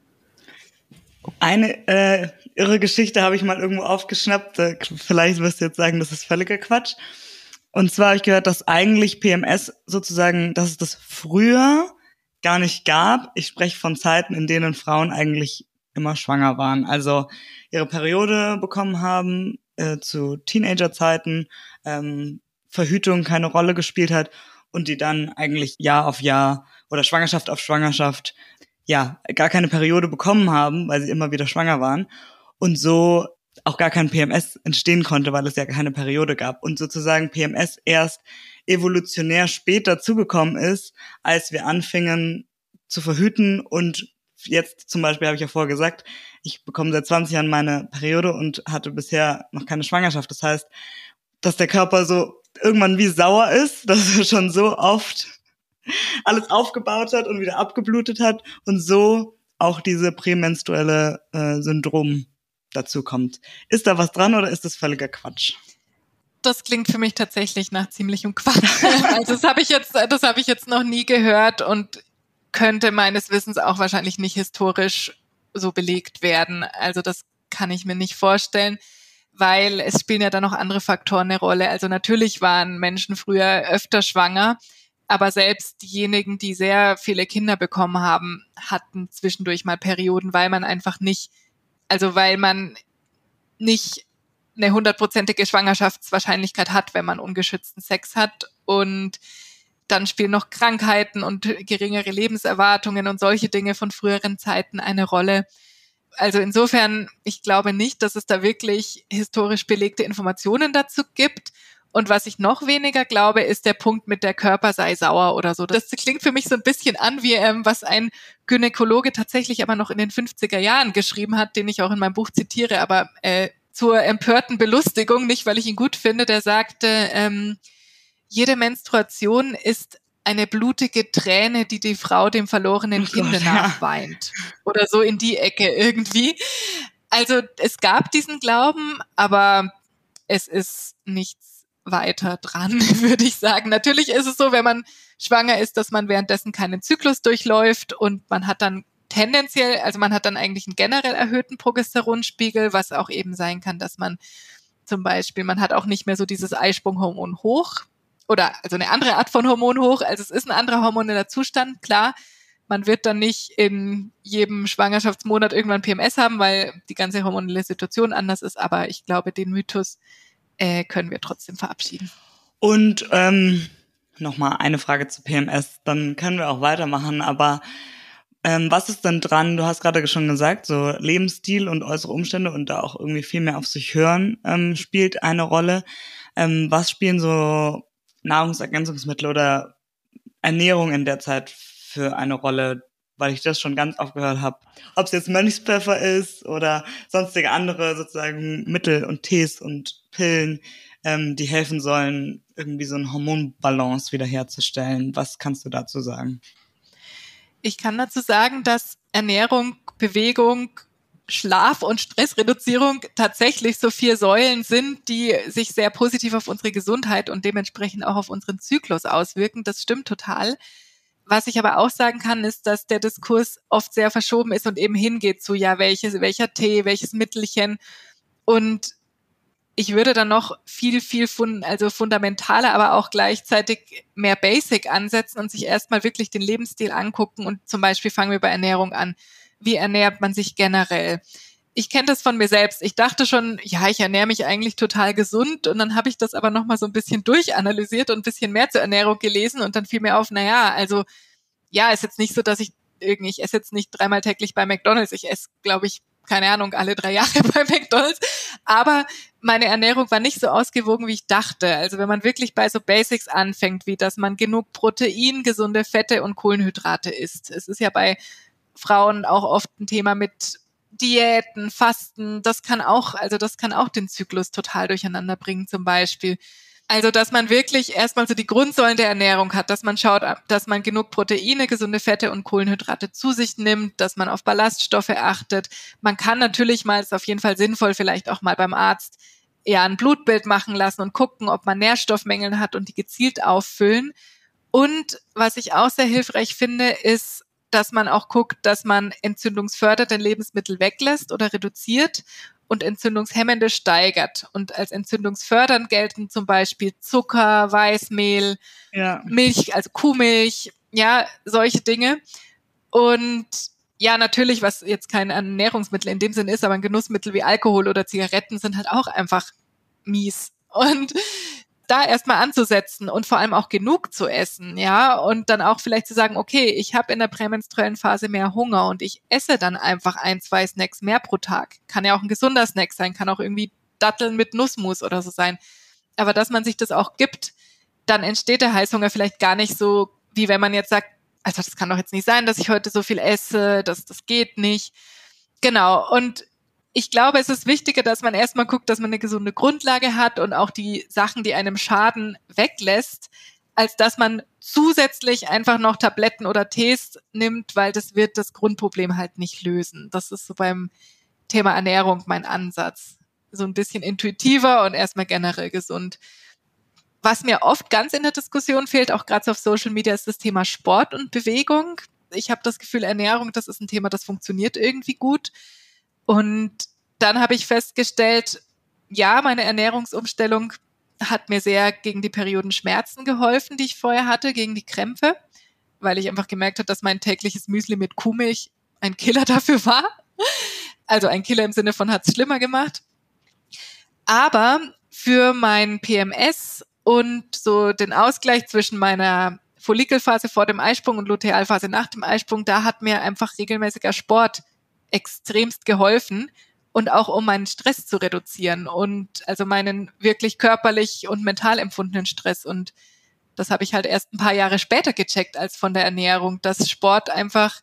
Eine irre Geschichte habe ich mal irgendwo aufgeschnappt. Vielleicht wirst du jetzt sagen, das ist völliger Quatsch. Und zwar habe ich gehört, dass eigentlich PMS sozusagen, dass es das früher gar nicht gab. Ich spreche von Zeiten, in denen Frauen eigentlich immer schwanger waren. Also ihre Periode bekommen haben zu Teenagerzeiten, Verhütung keine Rolle gespielt hat und die dann eigentlich Jahr auf Jahr oder Schwangerschaft auf Schwangerschaft gar keine Periode bekommen haben, weil sie immer wieder schwanger waren und so auch gar kein PMS entstehen konnte, weil es ja keine Periode gab und sozusagen PMS erst evolutionär später zugekommen ist, als wir anfingen zu verhüten. Und jetzt zum Beispiel habe ich ja vorher gesagt, ich bekomme seit 20 Jahren meine Periode und hatte bisher noch keine Schwangerschaft. Das heißt, dass der Körper so irgendwann wie sauer ist, dass er schon so oft alles aufgebaut hat und wieder abgeblutet hat und so auch diese prämenstruelle Syndrom dazu kommt. Ist da was dran oder ist das völliger Quatsch? Das klingt für mich tatsächlich nach ziemlichem Quatsch. Also das habe ich jetzt noch nie gehört und könnte meines Wissens auch wahrscheinlich nicht historisch so belegt werden. Also das kann ich mir nicht vorstellen, weil es spielen ja dann noch andere Faktoren eine Rolle. Also natürlich waren Menschen früher öfter schwanger, aber selbst diejenigen, die sehr viele Kinder bekommen haben, hatten zwischendurch mal Perioden, weil man nicht eine 100%ige Schwangerschaftswahrscheinlichkeit hat, wenn man ungeschützten Sex hat. Und dann spielen noch Krankheiten und geringere Lebenserwartungen und solche Dinge von früheren Zeiten eine Rolle. Also insofern, ich glaube nicht, dass es da wirklich historisch belegte Informationen dazu gibt. Und was ich noch weniger glaube, ist der Punkt mit der Körper sei sauer oder so. Das klingt für mich so ein bisschen an wie was ein Gynäkologe tatsächlich aber noch in den 50er Jahren geschrieben hat, den ich auch in meinem Buch zitiere, aber zur empörten Belustigung, nicht weil ich ihn gut finde, der sagte, jede Menstruation ist eine blutige Träne, die die Frau dem verlorenen Kinde nachweint. Oder so in die Ecke irgendwie. Also es gab diesen Glauben, aber es ist nichts weiter dran, würde ich sagen. Natürlich ist es so, wenn man schwanger ist, dass man währenddessen keinen Zyklus durchläuft und man hat dann eigentlich einen generell erhöhten Progesteronspiegel, was auch eben sein kann, dass man zum Beispiel, man hat auch nicht mehr so dieses Eisprunghormon hoch oder also eine andere Art von Hormon hoch, also es ist ein anderer hormoneller Zustand, klar. Man wird dann nicht in jedem Schwangerschaftsmonat irgendwann PMS haben, weil die ganze hormonelle Situation anders ist, aber ich glaube, den Mythos können wir trotzdem verabschieden. Und nochmal eine Frage zu PMS, dann können wir auch weitermachen, aber was ist denn dran? Du hast gerade schon gesagt, so Lebensstil und äußere Umstände und da auch irgendwie viel mehr auf sich hören spielt eine Rolle. Was spielen so Nahrungsergänzungsmittel oder Ernährung in der Zeit für eine Rolle, weil ich das schon ganz oft gehört habe. Ob es jetzt Mönchspfeffer ist oder sonstige andere sozusagen Mittel und Tees und Pillen, die helfen sollen, irgendwie so eine Hormonbalance wiederherzustellen. Was kannst du dazu sagen? Ich kann dazu sagen, dass Ernährung, Bewegung, Schlaf und Stressreduzierung tatsächlich so 4 Säulen sind, die sich sehr positiv auf unsere Gesundheit und dementsprechend auch auf unseren Zyklus auswirken. Das stimmt total. Was ich aber auch sagen kann, ist, dass der Diskurs oft sehr verschoben ist und eben hingeht zu, welcher Tee, welches Mittelchen. Und ich würde dann noch viel fundamentaler, aber auch gleichzeitig mehr Basic ansetzen und sich erstmal wirklich den Lebensstil angucken und zum Beispiel fangen wir bei Ernährung an. Wie ernährt man sich generell? Ich kenne das von mir selbst. Ich dachte schon, ja, ich ernähre mich eigentlich total gesund und dann habe ich das aber nochmal so ein bisschen durchanalysiert und ein bisschen mehr zur Ernährung gelesen und dann fiel mir auf, also ja, ist jetzt nicht so, dass ich esse jetzt nicht 3-mal täglich bei McDonald's. Ich esse, glaube ich, keine Ahnung, alle 3 Jahre bei McDonald's. Aber meine Ernährung war nicht so ausgewogen, wie ich dachte. Also wenn man wirklich bei so Basics anfängt, wie dass man genug Protein, gesunde Fette und Kohlenhydrate isst. Es ist ja bei Frauen auch oft ein Thema mit Diäten, Fasten. Das kann auch den Zyklus total durcheinander bringen zum Beispiel. Also, dass man wirklich erstmal so die Grundsäulen der Ernährung hat, dass man schaut, dass man genug Proteine, gesunde Fette und Kohlenhydrate zu sich nimmt, dass man auf Ballaststoffe achtet. Man kann natürlich mal, ist auf jeden Fall sinnvoll, vielleicht auch mal beim Arzt ein Blutbild machen lassen und gucken, ob man Nährstoffmängel hat und die gezielt auffüllen. Und was ich auch sehr hilfreich finde, ist, dass man auch guckt, dass man entzündungsfördernde Lebensmittel weglässt oder reduziert und entzündungshemmende steigert. Und als entzündungsfördernd gelten zum Beispiel Zucker, Weißmehl, Milch, also Kuhmilch, solche Dinge. Und ja, natürlich, was jetzt kein Ernährungsmittel in dem Sinn ist, aber ein Genussmittel wie Alkohol oder Zigaretten sind halt auch einfach mies. Und da erstmal anzusetzen und vor allem auch genug zu essen, und dann auch vielleicht zu sagen, okay, ich habe in der prämenstruellen Phase mehr Hunger und ich esse dann einfach 1-2 Snacks mehr pro Tag. Kann ja auch ein gesunder Snack sein, kann auch irgendwie Datteln mit Nussmus oder so sein. Aber dass man sich das auch gibt, dann entsteht der Heißhunger vielleicht gar nicht so, wie wenn man jetzt sagt, also das kann doch jetzt nicht sein, dass ich heute so viel esse, das geht nicht. Genau, und ich glaube, es ist wichtiger, dass man erstmal guckt, dass man eine gesunde Grundlage hat und auch die Sachen, die einem schaden, weglässt, als dass man zusätzlich einfach noch Tabletten oder Tees nimmt, weil das wird das Grundproblem halt nicht lösen. Das ist so beim Thema Ernährung mein Ansatz. So ein bisschen intuitiver und erstmal generell gesund. Was mir oft ganz in der Diskussion fehlt, auch gerade so auf Social Media, ist das Thema Sport und Bewegung. Ich habe das Gefühl, Ernährung, das ist ein Thema, das funktioniert irgendwie gut. Und dann habe ich festgestellt, meine Ernährungsumstellung hat mir sehr gegen die Periodenschmerzen geholfen, die ich vorher hatte, gegen die Krämpfe, weil ich einfach gemerkt habe, dass mein tägliches Müsli mit Kuhmilch ein Killer dafür war. Also ein Killer im Sinne von hat's schlimmer gemacht. Aber für mein PMS und so den Ausgleich zwischen meiner Follikelphase vor dem Eisprung und Lutealphase nach dem Eisprung, da hat mir einfach regelmäßiger Sport extremst geholfen und auch um meinen Stress zu reduzieren und also meinen wirklich körperlich und mental empfundenen Stress. Und das habe ich halt erst ein paar Jahre später gecheckt als von der Ernährung, dass Sport einfach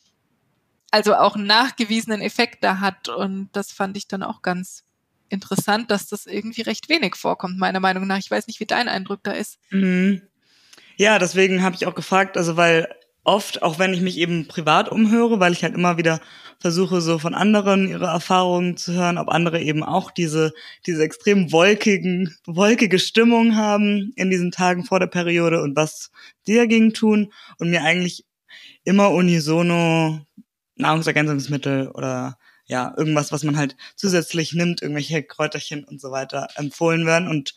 also auch einen nachgewiesenen Effekt da hat. Und das fand ich dann auch ganz interessant, dass das irgendwie recht wenig vorkommt, meiner Meinung nach. Ich weiß nicht, wie dein Eindruck da ist. Mhm. Ja, deswegen habe ich auch gefragt, also weil oft, auch wenn ich mich eben privat umhöre, weil ich halt immer wieder versuche, so von anderen ihre Erfahrungen zu hören, ob andere eben auch diese extrem wolkige Stimmung haben in diesen Tagen vor der Periode und was die dagegen tun und mir eigentlich immer unisono Nahrungsergänzungsmittel oder irgendwas, was man halt zusätzlich nimmt, irgendwelche Kräuterchen und so weiter empfohlen werden und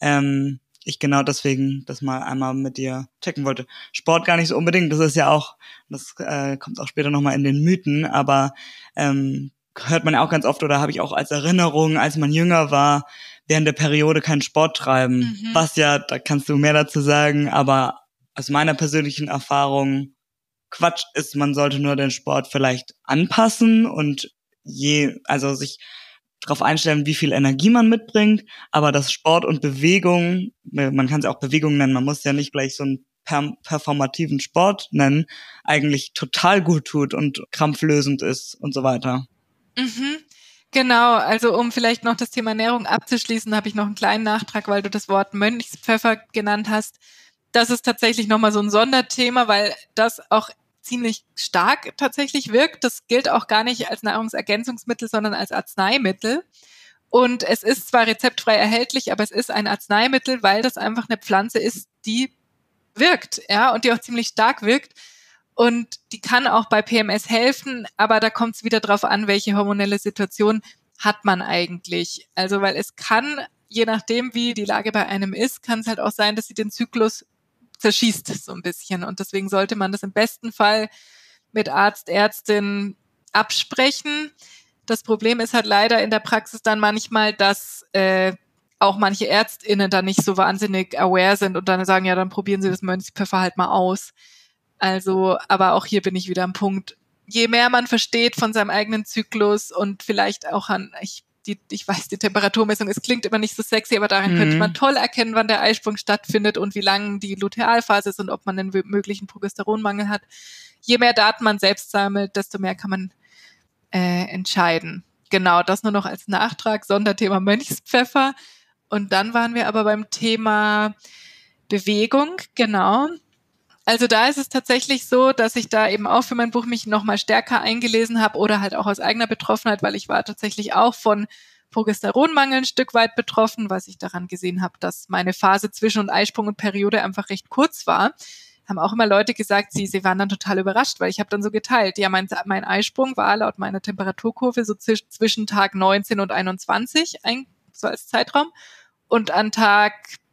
ich genau deswegen das mal einmal mit dir checken wollte. Sport gar nicht so unbedingt, das ist ja auch, das kommt auch später nochmal in den Mythen, aber hört man ja auch ganz oft oder habe ich auch als Erinnerung, als man jünger war, während der Periode keinen Sport treiben, was ja, da kannst du mehr dazu sagen, aber aus meiner persönlichen Erfahrung Quatsch ist, man sollte nur den Sport vielleicht anpassen und also sich darauf einstellen, wie viel Energie man mitbringt, aber dass Sport und Bewegung, man kann es auch Bewegung nennen, man muss ja nicht gleich so einen performativen Sport nennen, eigentlich total gut tut und krampflösend ist und so weiter. Mhm. Genau, also um vielleicht noch das Thema Ernährung abzuschließen, habe ich noch einen kleinen Nachtrag, weil du das Wort Mönchspfeffer genannt hast. Das ist tatsächlich nochmal so ein Sonderthema, weil das auch ziemlich stark tatsächlich wirkt. Das gilt auch gar nicht als Nahrungsergänzungsmittel, sondern als Arzneimittel. Und es ist zwar rezeptfrei erhältlich, aber es ist ein Arzneimittel, weil das einfach eine Pflanze ist, die wirkt, und die auch ziemlich stark wirkt. Und die kann auch bei PMS helfen, aber da kommt es wieder drauf an, welche hormonelle Situation hat man eigentlich? Also, weil es kann, je nachdem, wie die Lage bei einem ist, kann es halt auch sein, dass sie den Zyklus zerschießt so ein bisschen. Und deswegen sollte man das im besten Fall mit Arzt, Ärztin absprechen. Das Problem ist halt leider in der Praxis dann manchmal, dass auch manche ÄrztInnen da nicht so wahnsinnig aware sind und dann sagen, ja, dann probieren Sie das Mönchspfeffer halt mal aus. Also, aber auch hier bin ich wieder am Punkt. Je mehr man versteht von seinem eigenen Zyklus und vielleicht auch ich weiß, die Temperaturmessung, es klingt immer nicht so sexy, aber daran könnte man toll erkennen, wann der Eisprung stattfindet und wie lang die Lutealphase ist und ob man einen möglichen Progesteronmangel hat. Je mehr Daten man selbst sammelt, desto mehr kann man entscheiden. Genau, das nur noch als Nachtrag, Sonderthema Mönchspfeffer. Und dann waren wir aber beim Thema Bewegung, genau. Also da ist es tatsächlich so, dass ich da eben auch für mein Buch mich nochmal stärker eingelesen habe oder halt auch aus eigener Betroffenheit, weil ich war tatsächlich auch von Progesteronmangel ein Stück weit betroffen, was ich daran gesehen habe, dass meine Phase zwischen und Eisprung und Periode einfach recht kurz war. Haben auch immer Leute gesagt, sie waren dann total überrascht, weil ich habe dann so geteilt. Ja, mein Eisprung war laut meiner Temperaturkurve so zwischen Tag 19 und 21, so als Zeitraum. Und an Tag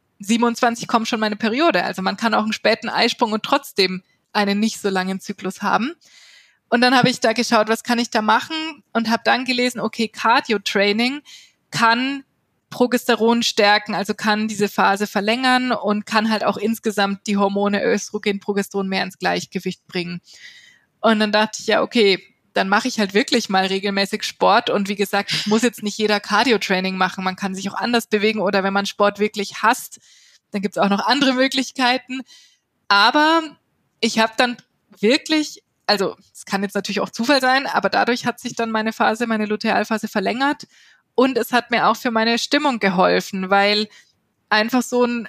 27 kommt schon meine Periode. Also man kann auch einen späten Eisprung und trotzdem einen nicht so langen Zyklus haben. Und dann habe ich da geschaut, was kann ich da machen und habe dann gelesen, okay, Cardio-Training kann Progesteron stärken, also kann diese Phase verlängern und kann halt auch insgesamt die Hormone Östrogen, Progesteron mehr ins Gleichgewicht bringen. Und dann dachte ich, ja, okay, dann mache ich halt wirklich mal regelmäßig Sport. Und wie gesagt, muss jetzt nicht jeder Cardio-Training machen. Man kann sich auch anders bewegen oder wenn man Sport wirklich hasst, dann gibt es auch noch andere Möglichkeiten. Aber ich habe dann wirklich, also es kann jetzt natürlich auch Zufall sein, aber dadurch hat sich dann meine Lutealphase verlängert. Und es hat mir auch für meine Stimmung geholfen, weil einfach so ein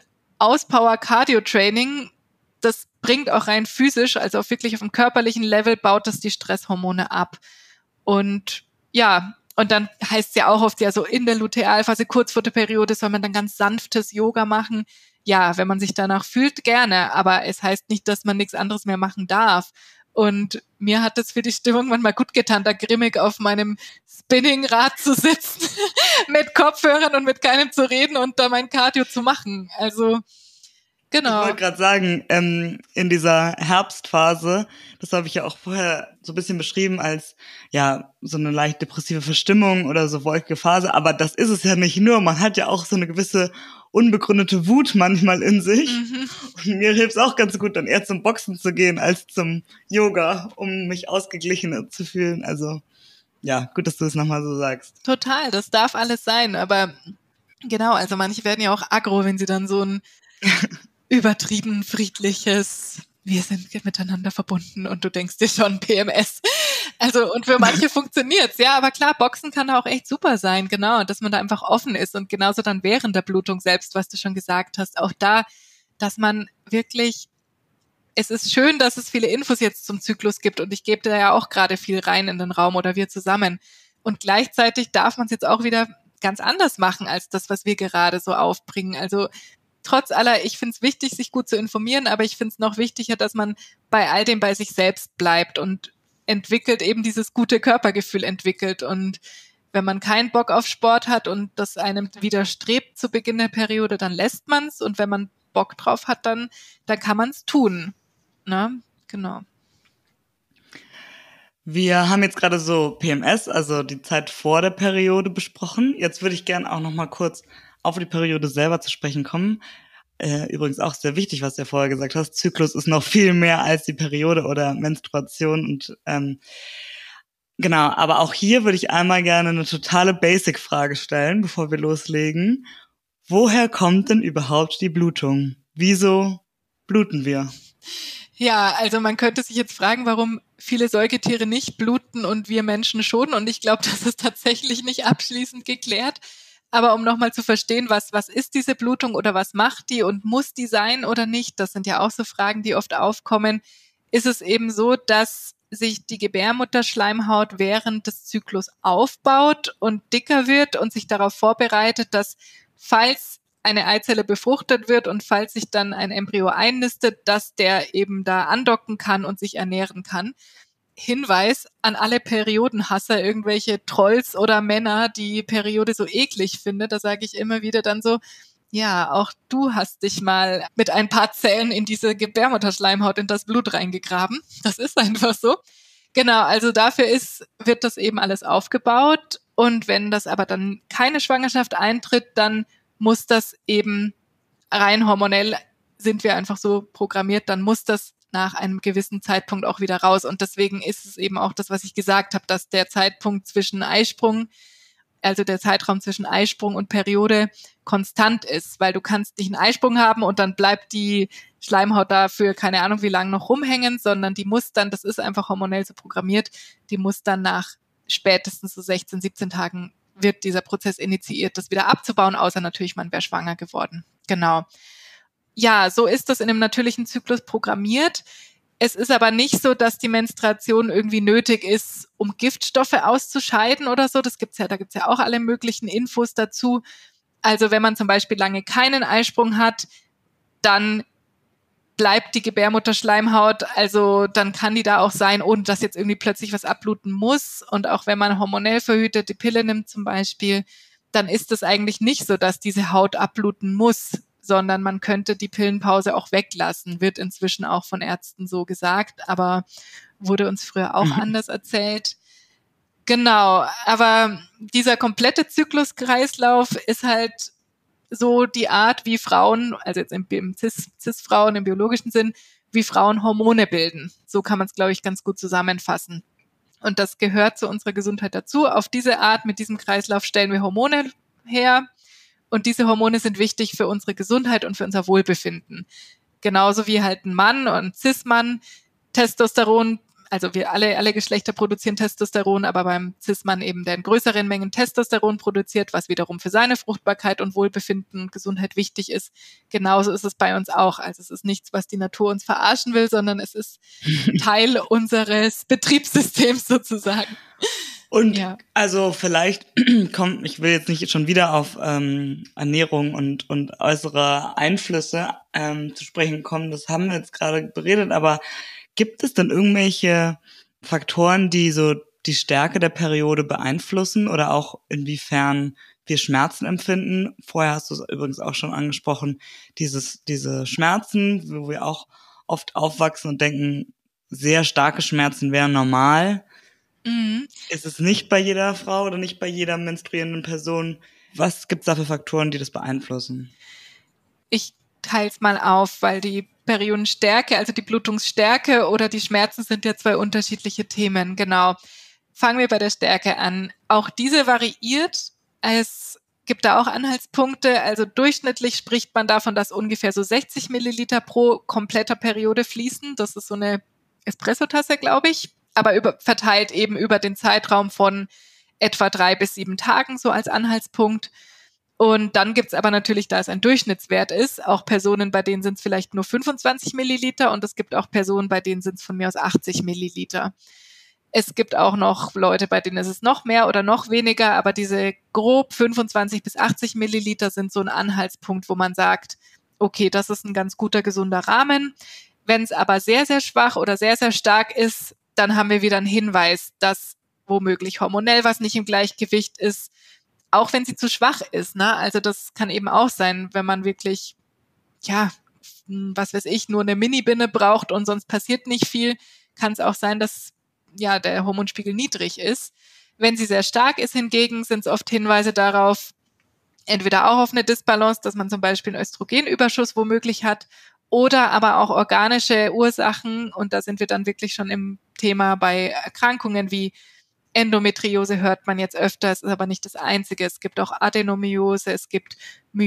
Auspower-Cardio-Training, das bringt auch rein physisch, also auch wirklich auf dem körperlichen Level, baut das die Stresshormone ab. Und ja, und dann heißt es ja auch oft, ja, so in der Lutealphase, kurz vor der Periode, soll man dann ganz sanftes Yoga machen. Ja, wenn man sich danach fühlt, gerne, aber es heißt nicht, dass man nichts anderes mehr machen darf. Und mir hat es für die Stimmung manchmal gut getan, da grimmig auf meinem Spinningrad zu sitzen, mit Kopfhörern und mit keinem zu reden und da mein Cardio zu machen. Also, genau. Ich wollte gerade sagen, in dieser Herbstphase, das habe ich ja auch vorher so ein bisschen beschrieben als ja so eine leicht depressive Verstimmung oder so wolkige Phase, aber das ist es ja nicht nur. Man hat ja auch so eine gewisse unbegründete Wut manchmal in sich. Und mir hilft es auch ganz gut, dann eher zum Boxen zu gehen als zum Yoga, um mich ausgeglichener zu fühlen. Also ja, gut, dass du es nochmal so sagst. Total, das darf alles sein, aber genau, also manche werden ja auch aggro, wenn sie dann so ein übertrieben friedliches, wir sind miteinander verbunden und du denkst dir schon PMS. Also und für manche funktioniert's, ja, aber klar, Boxen kann auch echt super sein, genau, dass man da einfach offen ist und genauso dann während der Blutung selbst, was du schon gesagt hast, auch da, dass man wirklich, es ist schön, dass es viele Infos jetzt zum Zyklus gibt und ich gebe da ja auch gerade viel rein in den Raum oder wir zusammen und gleichzeitig darf man es jetzt auch wieder ganz anders machen als das, was wir gerade so aufbringen, also trotz aller, ich finde es wichtig, sich gut zu informieren, aber ich finde es noch wichtiger, dass man bei all dem bei sich selbst bleibt und entwickelt, eben dieses gute Körpergefühl entwickelt. Und wenn man keinen Bock auf Sport hat und das einem widerstrebt zu Beginn der Periode, dann lässt man es. Und wenn man Bock drauf hat, dann kann man es tun. Ne? Genau. Wir haben jetzt gerade so PMS, also die Zeit vor der Periode, besprochen. Jetzt würde ich gerne auch noch mal kurz auf die Periode selber zu sprechen kommen. Übrigens auch sehr wichtig, was du ja vorher gesagt hast. Zyklus ist noch viel mehr als die Periode oder Menstruation. Und genau, aber auch hier würde ich einmal gerne eine totale Basic-Frage stellen, bevor wir loslegen. Woher kommt denn überhaupt die Blutung? Wieso bluten wir? Ja, also man könnte sich jetzt fragen, warum viele Säugetiere nicht bluten und wir Menschen schon. Und ich glaube, das ist tatsächlich nicht abschließend geklärt. Aber um nochmal zu verstehen, was ist diese Blutung oder was macht die und muss die sein oder nicht, das sind ja auch so Fragen, die oft aufkommen, ist es eben so, dass sich die Gebärmutterschleimhaut während des Zyklus aufbaut und dicker wird und sich darauf vorbereitet, dass falls eine Eizelle befruchtet wird und falls sich dann ein Embryo einnistet, dass der eben da andocken kann und sich ernähren kann. Hinweis an alle Periodenhasser, irgendwelche Trolls oder Männer, die Periode so eklig finden. Da sage ich immer wieder dann so, ja, auch du hast dich mal mit ein paar Zellen in diese Gebärmutterschleimhaut in das Blut reingegraben. Das ist einfach so. Genau, also dafür wird das eben alles aufgebaut. Und wenn das aber dann keine Schwangerschaft eintritt, dann muss das eben rein hormonell, sind wir einfach so programmiert, dann muss das nach einem gewissen Zeitpunkt auch wieder raus. Und deswegen ist es eben auch das, was ich gesagt habe, dass der Zeitpunkt zwischen Eisprung, also der Zeitraum zwischen Eisprung und Periode konstant ist, weil du kannst nicht einen Eisprung haben und dann bleibt die Schleimhaut da für keine Ahnung wie lange noch rumhängen, sondern die muss dann, das ist einfach hormonell so programmiert, die muss dann nach spätestens so 16, 17 Tagen wird dieser Prozess initiiert, das wieder abzubauen, außer natürlich, man wäre schwanger geworden. Genau. Ja, so ist das in einem natürlichen Zyklus programmiert. Es ist aber nicht so, dass die Menstruation irgendwie nötig ist, um Giftstoffe auszuscheiden oder so. Da gibt's ja auch alle möglichen Infos dazu. Also wenn man zum Beispiel lange keinen Eisprung hat, dann bleibt die Gebärmutterschleimhaut, also dann kann die da auch sein, ohne dass jetzt irgendwie plötzlich was abbluten muss. Und auch wenn man hormonell verhütet die Pille nimmt zum Beispiel, dann ist es eigentlich nicht so, dass diese Haut abbluten muss, sondern man könnte die Pillenpause auch weglassen, wird inzwischen auch von Ärzten so gesagt, aber wurde uns früher auch anders erzählt. Genau, aber dieser komplette Zykluskreislauf ist halt so die Art, wie Frauen, also jetzt im Cis-Frauen im biologischen Sinn, wie Frauen Hormone bilden. So kann man es, glaube ich, ganz gut zusammenfassen. Und das gehört zu unserer Gesundheit dazu. Auf diese Art, mit diesem Kreislauf stellen wir Hormone her. Und diese Hormone sind wichtig für unsere Gesundheit und für unser Wohlbefinden. Genauso wie halt ein Mann und ein Cis-Mann Testosteron, also wir alle Geschlechter produzieren Testosteron, aber beim Cis-Mann eben der in größeren Mengen Testosteron produziert, was wiederum für seine Fruchtbarkeit und Wohlbefinden und Gesundheit wichtig ist. Genauso ist es bei uns auch. Also es ist nichts, was die Natur uns verarschen will, sondern es ist Teil unseres Betriebssystems sozusagen. Und ja. Also vielleicht ich will jetzt nicht schon wieder auf Ernährung und äußere Einflüsse zu sprechen kommen, das haben wir jetzt gerade beredet, aber gibt es denn irgendwelche Faktoren, die so die Stärke der Periode beeinflussen oder auch inwiefern wir Schmerzen empfinden? Vorher hast du es übrigens auch schon angesprochen, diese Schmerzen, wo wir auch oft aufwachsen und denken, sehr starke Schmerzen wären normal. Mhm. Ist es nicht bei jeder Frau oder nicht bei jeder menstruierenden Person? Was gibt es da für Faktoren, die das beeinflussen? Ich teile es mal auf, weil die Periodenstärke, also die Blutungsstärke oder die Schmerzen sind ja zwei unterschiedliche Themen. Genau. Fangen wir bei der Stärke an. Auch diese variiert. Es gibt da auch Anhaltspunkte. Also durchschnittlich spricht man davon, dass ungefähr so 60 Milliliter pro kompletter Periode fließen. Das ist so eine Espressotasse, glaube ich. Aber verteilt eben über den Zeitraum von etwa 3 bis 7 Tagen, so als Anhaltspunkt. Und dann gibt's aber natürlich, da es ein Durchschnittswert ist, auch Personen, bei denen sind es vielleicht nur 25 Milliliter und es gibt auch Personen, bei denen sind es von mir aus 80 Milliliter. Es gibt auch noch Leute, bei denen ist es noch mehr oder noch weniger, aber diese grob 25 bis 80 Milliliter sind so ein Anhaltspunkt, wo man sagt, okay, das ist ein ganz guter, gesunder Rahmen. Wenn es aber sehr, sehr schwach oder sehr, sehr stark ist, dann haben wir wieder einen Hinweis, dass womöglich hormonell was nicht im Gleichgewicht ist, auch wenn sie zu schwach ist, ne? Also das kann eben auch sein, wenn man wirklich, ja, was weiß ich, nur eine Mini-Binne braucht und sonst passiert nicht viel, kann es auch sein, dass ja der Hormonspiegel niedrig ist. Wenn sie sehr stark ist hingegen, sind es oft Hinweise darauf, entweder auch auf eine Disbalance, dass man zum Beispiel einen Östrogenüberschuss womöglich hat, oder aber auch organische Ursachen. Und da sind wir dann wirklich schon im Thema bei Erkrankungen wie Endometriose hört man jetzt öfter, es ist aber nicht das Einzige. Es gibt auch Adenomyose, es gibt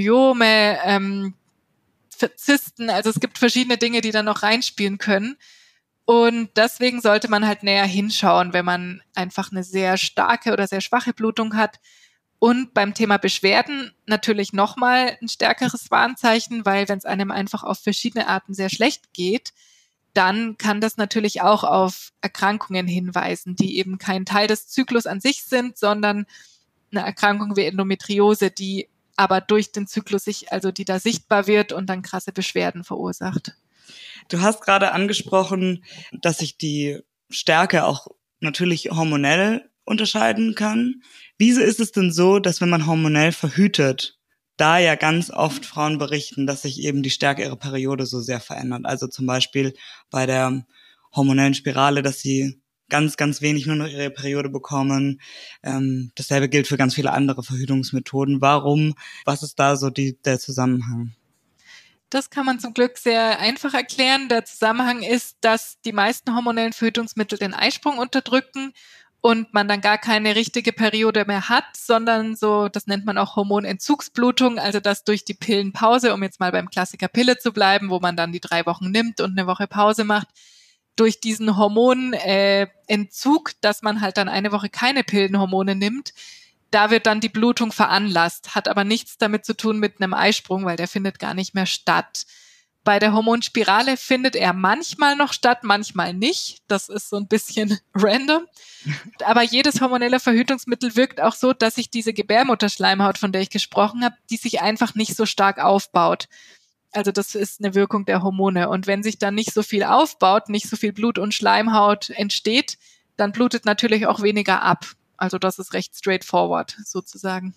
Myome, Zysten, also es gibt verschiedene Dinge, die da noch reinspielen können. Und deswegen sollte man halt näher hinschauen, wenn man einfach eine sehr starke oder sehr schwache Blutung hat. Und beim Thema Beschwerden natürlich nochmal ein stärkeres Warnzeichen, weil wenn es einem einfach auf verschiedene Arten sehr schlecht geht, dann kann das natürlich auch auf Erkrankungen hinweisen, die eben kein Teil des Zyklus an sich sind, sondern eine Erkrankung wie Endometriose, die aber durch den Zyklus die da sichtbar wird und dann krasse Beschwerden verursacht. Du hast gerade angesprochen, dass sich die Stärke auch natürlich hormonell unterscheiden kann. Wieso ist es denn so, dass wenn man hormonell verhütet, da ja ganz oft Frauen berichten, dass sich eben die Stärke ihrer Periode so sehr verändert? Also zum Beispiel bei der hormonellen Spirale, dass sie ganz, ganz wenig nur noch ihre Periode bekommen. Dasselbe gilt für ganz viele andere Verhütungsmethoden. Warum? Was ist da so der Zusammenhang? Das kann man zum Glück sehr einfach erklären. Der Zusammenhang ist, dass die meisten hormonellen Verhütungsmittel den Eisprung unterdrücken und man dann gar keine richtige Periode mehr hat, sondern so, das nennt man auch Hormonentzugsblutung, also dass durch die Pillenpause, um jetzt mal beim Klassiker Pille zu bleiben, wo man dann die 3 Wochen nimmt und eine Woche Pause macht, durch diesen Hormonentzug, dass man halt dann eine Woche keine Pillenhormone nimmt, da wird dann die Blutung veranlasst, hat aber nichts damit zu tun mit einem Eisprung, weil der findet gar nicht mehr statt. Bei der Hormonspirale findet er manchmal noch statt, manchmal nicht. Das ist so ein bisschen random. Aber jedes hormonelle Verhütungsmittel wirkt auch so, dass sich diese Gebärmutterschleimhaut, von der ich gesprochen habe, die sich einfach nicht so stark aufbaut. Also das ist eine Wirkung der Hormone. Und wenn sich dann nicht so viel aufbaut, nicht so viel Blut und Schleimhaut entsteht, dann blutet natürlich auch weniger ab. Also das ist recht straightforward sozusagen.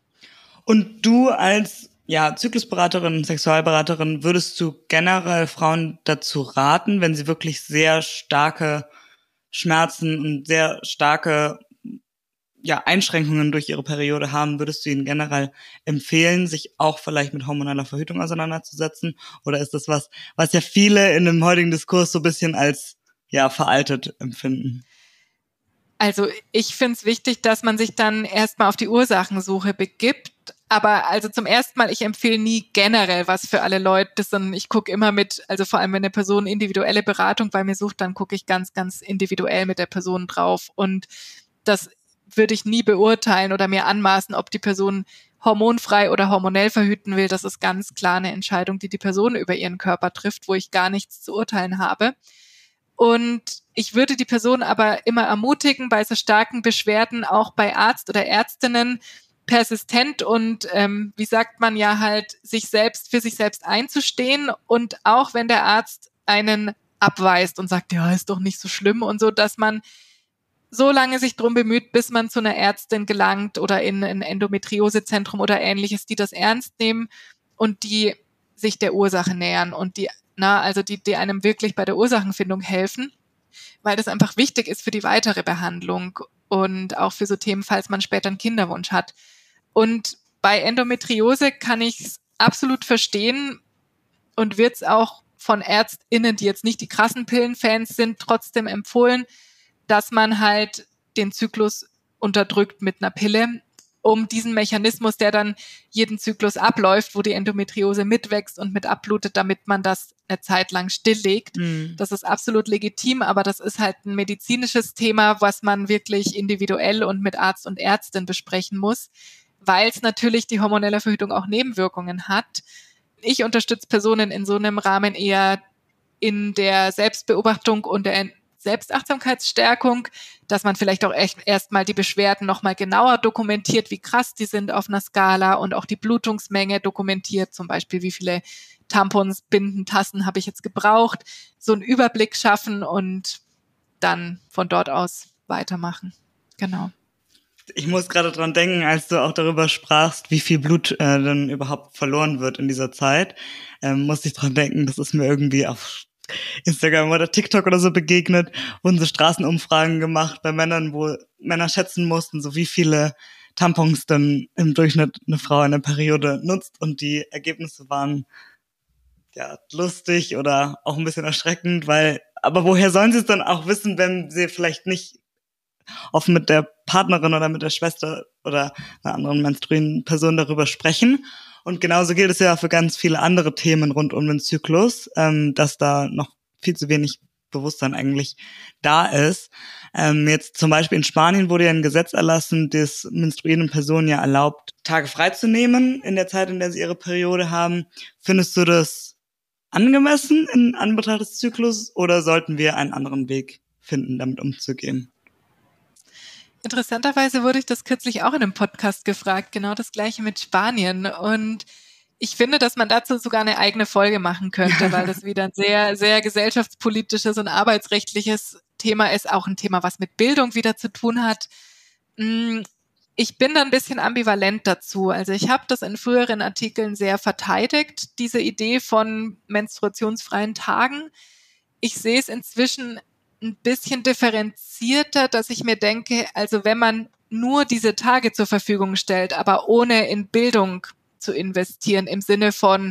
Und du als Zyklusberaterin, Sexualberaterin, würdest du generell Frauen dazu raten, wenn sie wirklich sehr starke Schmerzen und sehr starke Einschränkungen durch ihre Periode haben, würdest du ihnen generell empfehlen, sich auch vielleicht mit hormoneller Verhütung auseinanderzusetzen? Oder ist das was ja viele in dem heutigen Diskurs so ein bisschen als veraltet empfinden? Also ich finde es wichtig, dass man sich dann erstmal auf die Ursachensuche begibt. Aber also zum ersten Mal, ich empfehle nie generell was für alle Leute, sondern ich gucke immer also vor allem, wenn eine Person individuelle Beratung bei mir sucht, dann gucke ich ganz, ganz individuell mit der Person drauf. Und das würde ich nie beurteilen oder mir anmaßen, ob die Person hormonfrei oder hormonell verhüten will. Das ist ganz klar eine Entscheidung, die die Person über ihren Körper trifft, wo ich gar nichts zu urteilen habe. Und ich würde die Person aber immer ermutigen, bei so starken Beschwerden auch bei Arzt oder Ärztinnen persistent und wie sagt man für sich selbst einzustehen und auch wenn der Arzt einen abweist und sagt, ja, ist doch nicht so schlimm und so, dass man so lange sich drum bemüht, bis man zu einer Ärztin gelangt oder in ein Endometriosezentrum oder Ähnliches, die das ernst nehmen und die sich der Ursache nähern und die einem wirklich bei der Ursachenfindung helfen, weil das einfach wichtig ist für die weitere Behandlung und auch für so Themen, falls man später einen Kinderwunsch hat. Und bei Endometriose kann ich es absolut verstehen und wird es auch von ÄrztInnen, die jetzt nicht die krassen Pillenfans sind, trotzdem empfohlen, dass man halt den Zyklus unterdrückt mit einer Pille, um diesen Mechanismus, der dann jeden Zyklus abläuft, wo die Endometriose mitwächst und mit abblutet, damit man das eine Zeit lang stilllegt. Das ist absolut legitim, aber das ist halt ein medizinisches Thema, was man wirklich individuell und mit Arzt und Ärztin besprechen muss, weil es natürlich die hormonelle Verhütung auch Nebenwirkungen hat. Ich unterstütze Personen in so einem Rahmen eher in der Selbstbeobachtung und der Selbstachtsamkeitsstärkung, dass man vielleicht auch erstmal die Beschwerden nochmal genauer dokumentiert, wie krass die sind auf einer Skala und auch die Blutungsmenge dokumentiert, zum Beispiel wie viele Tampons, Binden, Tassen habe ich jetzt gebraucht, so einen Überblick schaffen und dann von dort aus weitermachen. Genau. Ich muss gerade dran denken, als du auch darüber sprachst, wie viel Blut dann überhaupt verloren wird in dieser Zeit, musste ich dran denken, das ist mir irgendwie auf Instagram oder TikTok oder so begegnet, wurden so Straßenumfragen gemacht bei Männern, wo Männer schätzen mussten, so wie viele Tampons dann im Durchschnitt eine Frau in der Periode nutzt und die Ergebnisse waren lustig oder auch ein bisschen erschreckend, aber woher sollen sie es dann auch wissen, wenn sie vielleicht nicht offen mit der Partnerin oder mit der Schwester oder einer anderen menstruierenden Person darüber sprechen? Und genauso gilt es ja für ganz viele andere Themen rund um den Zyklus, dass da noch viel zu wenig Bewusstsein eigentlich da ist. Jetzt zum Beispiel in Spanien wurde ja ein Gesetz erlassen, das menstruierenden Personen ja erlaubt, Tage freizunehmen in der Zeit, in der sie ihre Periode haben. Findest du das angemessen in Anbetracht des Zyklus oder sollten wir einen anderen Weg finden, damit umzugehen? Interessanterweise wurde ich das kürzlich auch in einem Podcast gefragt, genau das Gleiche mit Spanien. Und ich finde, dass man dazu sogar eine eigene Folge machen könnte, weil das wieder ein sehr, sehr gesellschaftspolitisches und arbeitsrechtliches Thema ist, auch ein Thema, was mit Bildung wieder zu tun hat. Ich bin da ein bisschen ambivalent dazu. Also ich habe das in früheren Artikeln sehr verteidigt, diese Idee von menstruationsfreien Tagen. Ich sehe es inzwischen ein bisschen differenzierter, dass ich mir denke, also wenn man nur diese Tage zur Verfügung stellt, aber ohne in Bildung zu investieren, im Sinne von,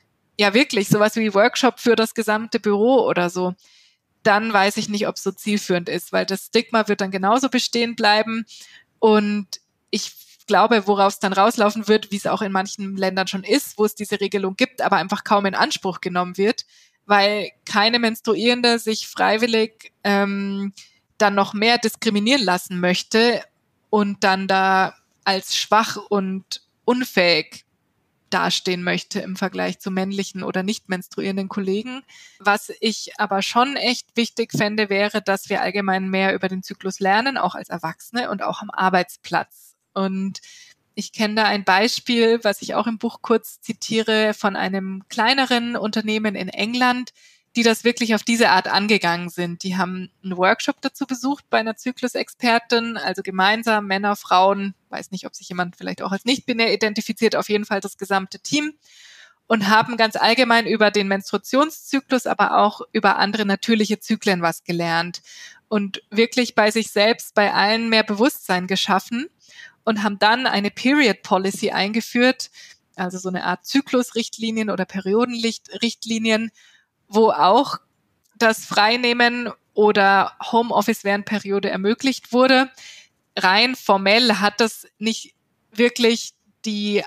ja wirklich, sowas wie Workshop für das gesamte Büro oder so, dann weiß ich nicht, ob es so zielführend ist, weil das Stigma wird dann genauso bestehen bleiben. Und ich glaube, worauf es dann rauslaufen wird, wie es auch in manchen Ländern schon ist, wo es diese Regelung gibt, aber einfach kaum in Anspruch genommen wird, weil keine Menstruierende sich freiwillig dann noch mehr diskriminieren lassen möchte und dann da als schwach und unfähig dastehen möchte im Vergleich zu männlichen oder nicht menstruierenden Kollegen. Was ich aber schon echt wichtig fände, wäre, dass wir allgemein mehr über den Zyklus lernen, auch als Erwachsene und auch am Arbeitsplatz. Und ich kenne da ein Beispiel, was ich auch im Buch kurz zitiere, von einem kleineren Unternehmen in England, die das wirklich auf diese Art angegangen sind. Die haben einen Workshop dazu besucht bei einer Zyklusexpertin, also gemeinsam Männer, Frauen, weiß nicht, ob sich jemand vielleicht auch als nicht-binär identifiziert, auf jeden Fall das gesamte Team, und haben ganz allgemein über den Menstruationszyklus, aber auch über andere natürliche Zyklen was gelernt und wirklich bei sich selbst, bei allen mehr Bewusstsein geschaffen und haben dann eine Period Policy eingeführt, also so eine Art Zyklusrichtlinien oder Periodenrichtlinien, wo auch das Freinehmen oder Homeoffice während Periode ermöglicht wurde. Rein formell hat das nicht wirklich die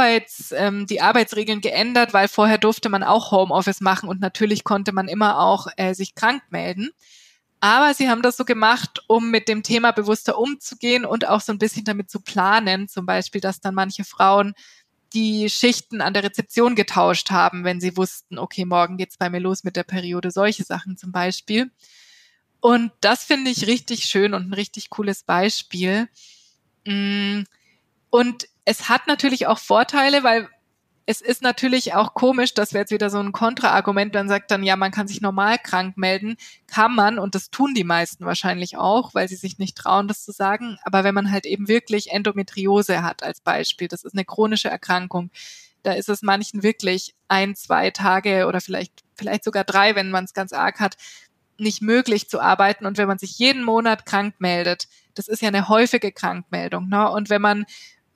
Arbeitsregeln geändert, weil vorher durfte man auch Homeoffice machen und natürlich konnte man immer auch sich krank melden. Aber sie haben das so gemacht, um mit dem Thema bewusster umzugehen und auch so ein bisschen damit zu planen. Zum Beispiel, dass dann manche Frauen die Schichten an der Rezeption getauscht haben, wenn sie wussten, okay, morgen geht's bei mir los mit der Periode, solche Sachen zum Beispiel. Und das finde ich richtig schön und ein richtig cooles Beispiel. Und es hat natürlich auch Vorteile, weil es ist natürlich auch komisch, dass wir jetzt wieder so ein Kontraargument, dann sagt dann, ja, man kann sich normal krank melden, kann man, und das tun die meisten wahrscheinlich auch, weil sie sich nicht trauen, das zu sagen, aber wenn man halt eben wirklich Endometriose hat als Beispiel, das ist eine chronische Erkrankung, da ist es manchen wirklich 1, 2 Tage oder vielleicht sogar 3, wenn man es ganz arg hat, nicht möglich zu arbeiten, und wenn man sich jeden Monat krank meldet, das ist ja eine häufige Krankmeldung, ne? Und wenn man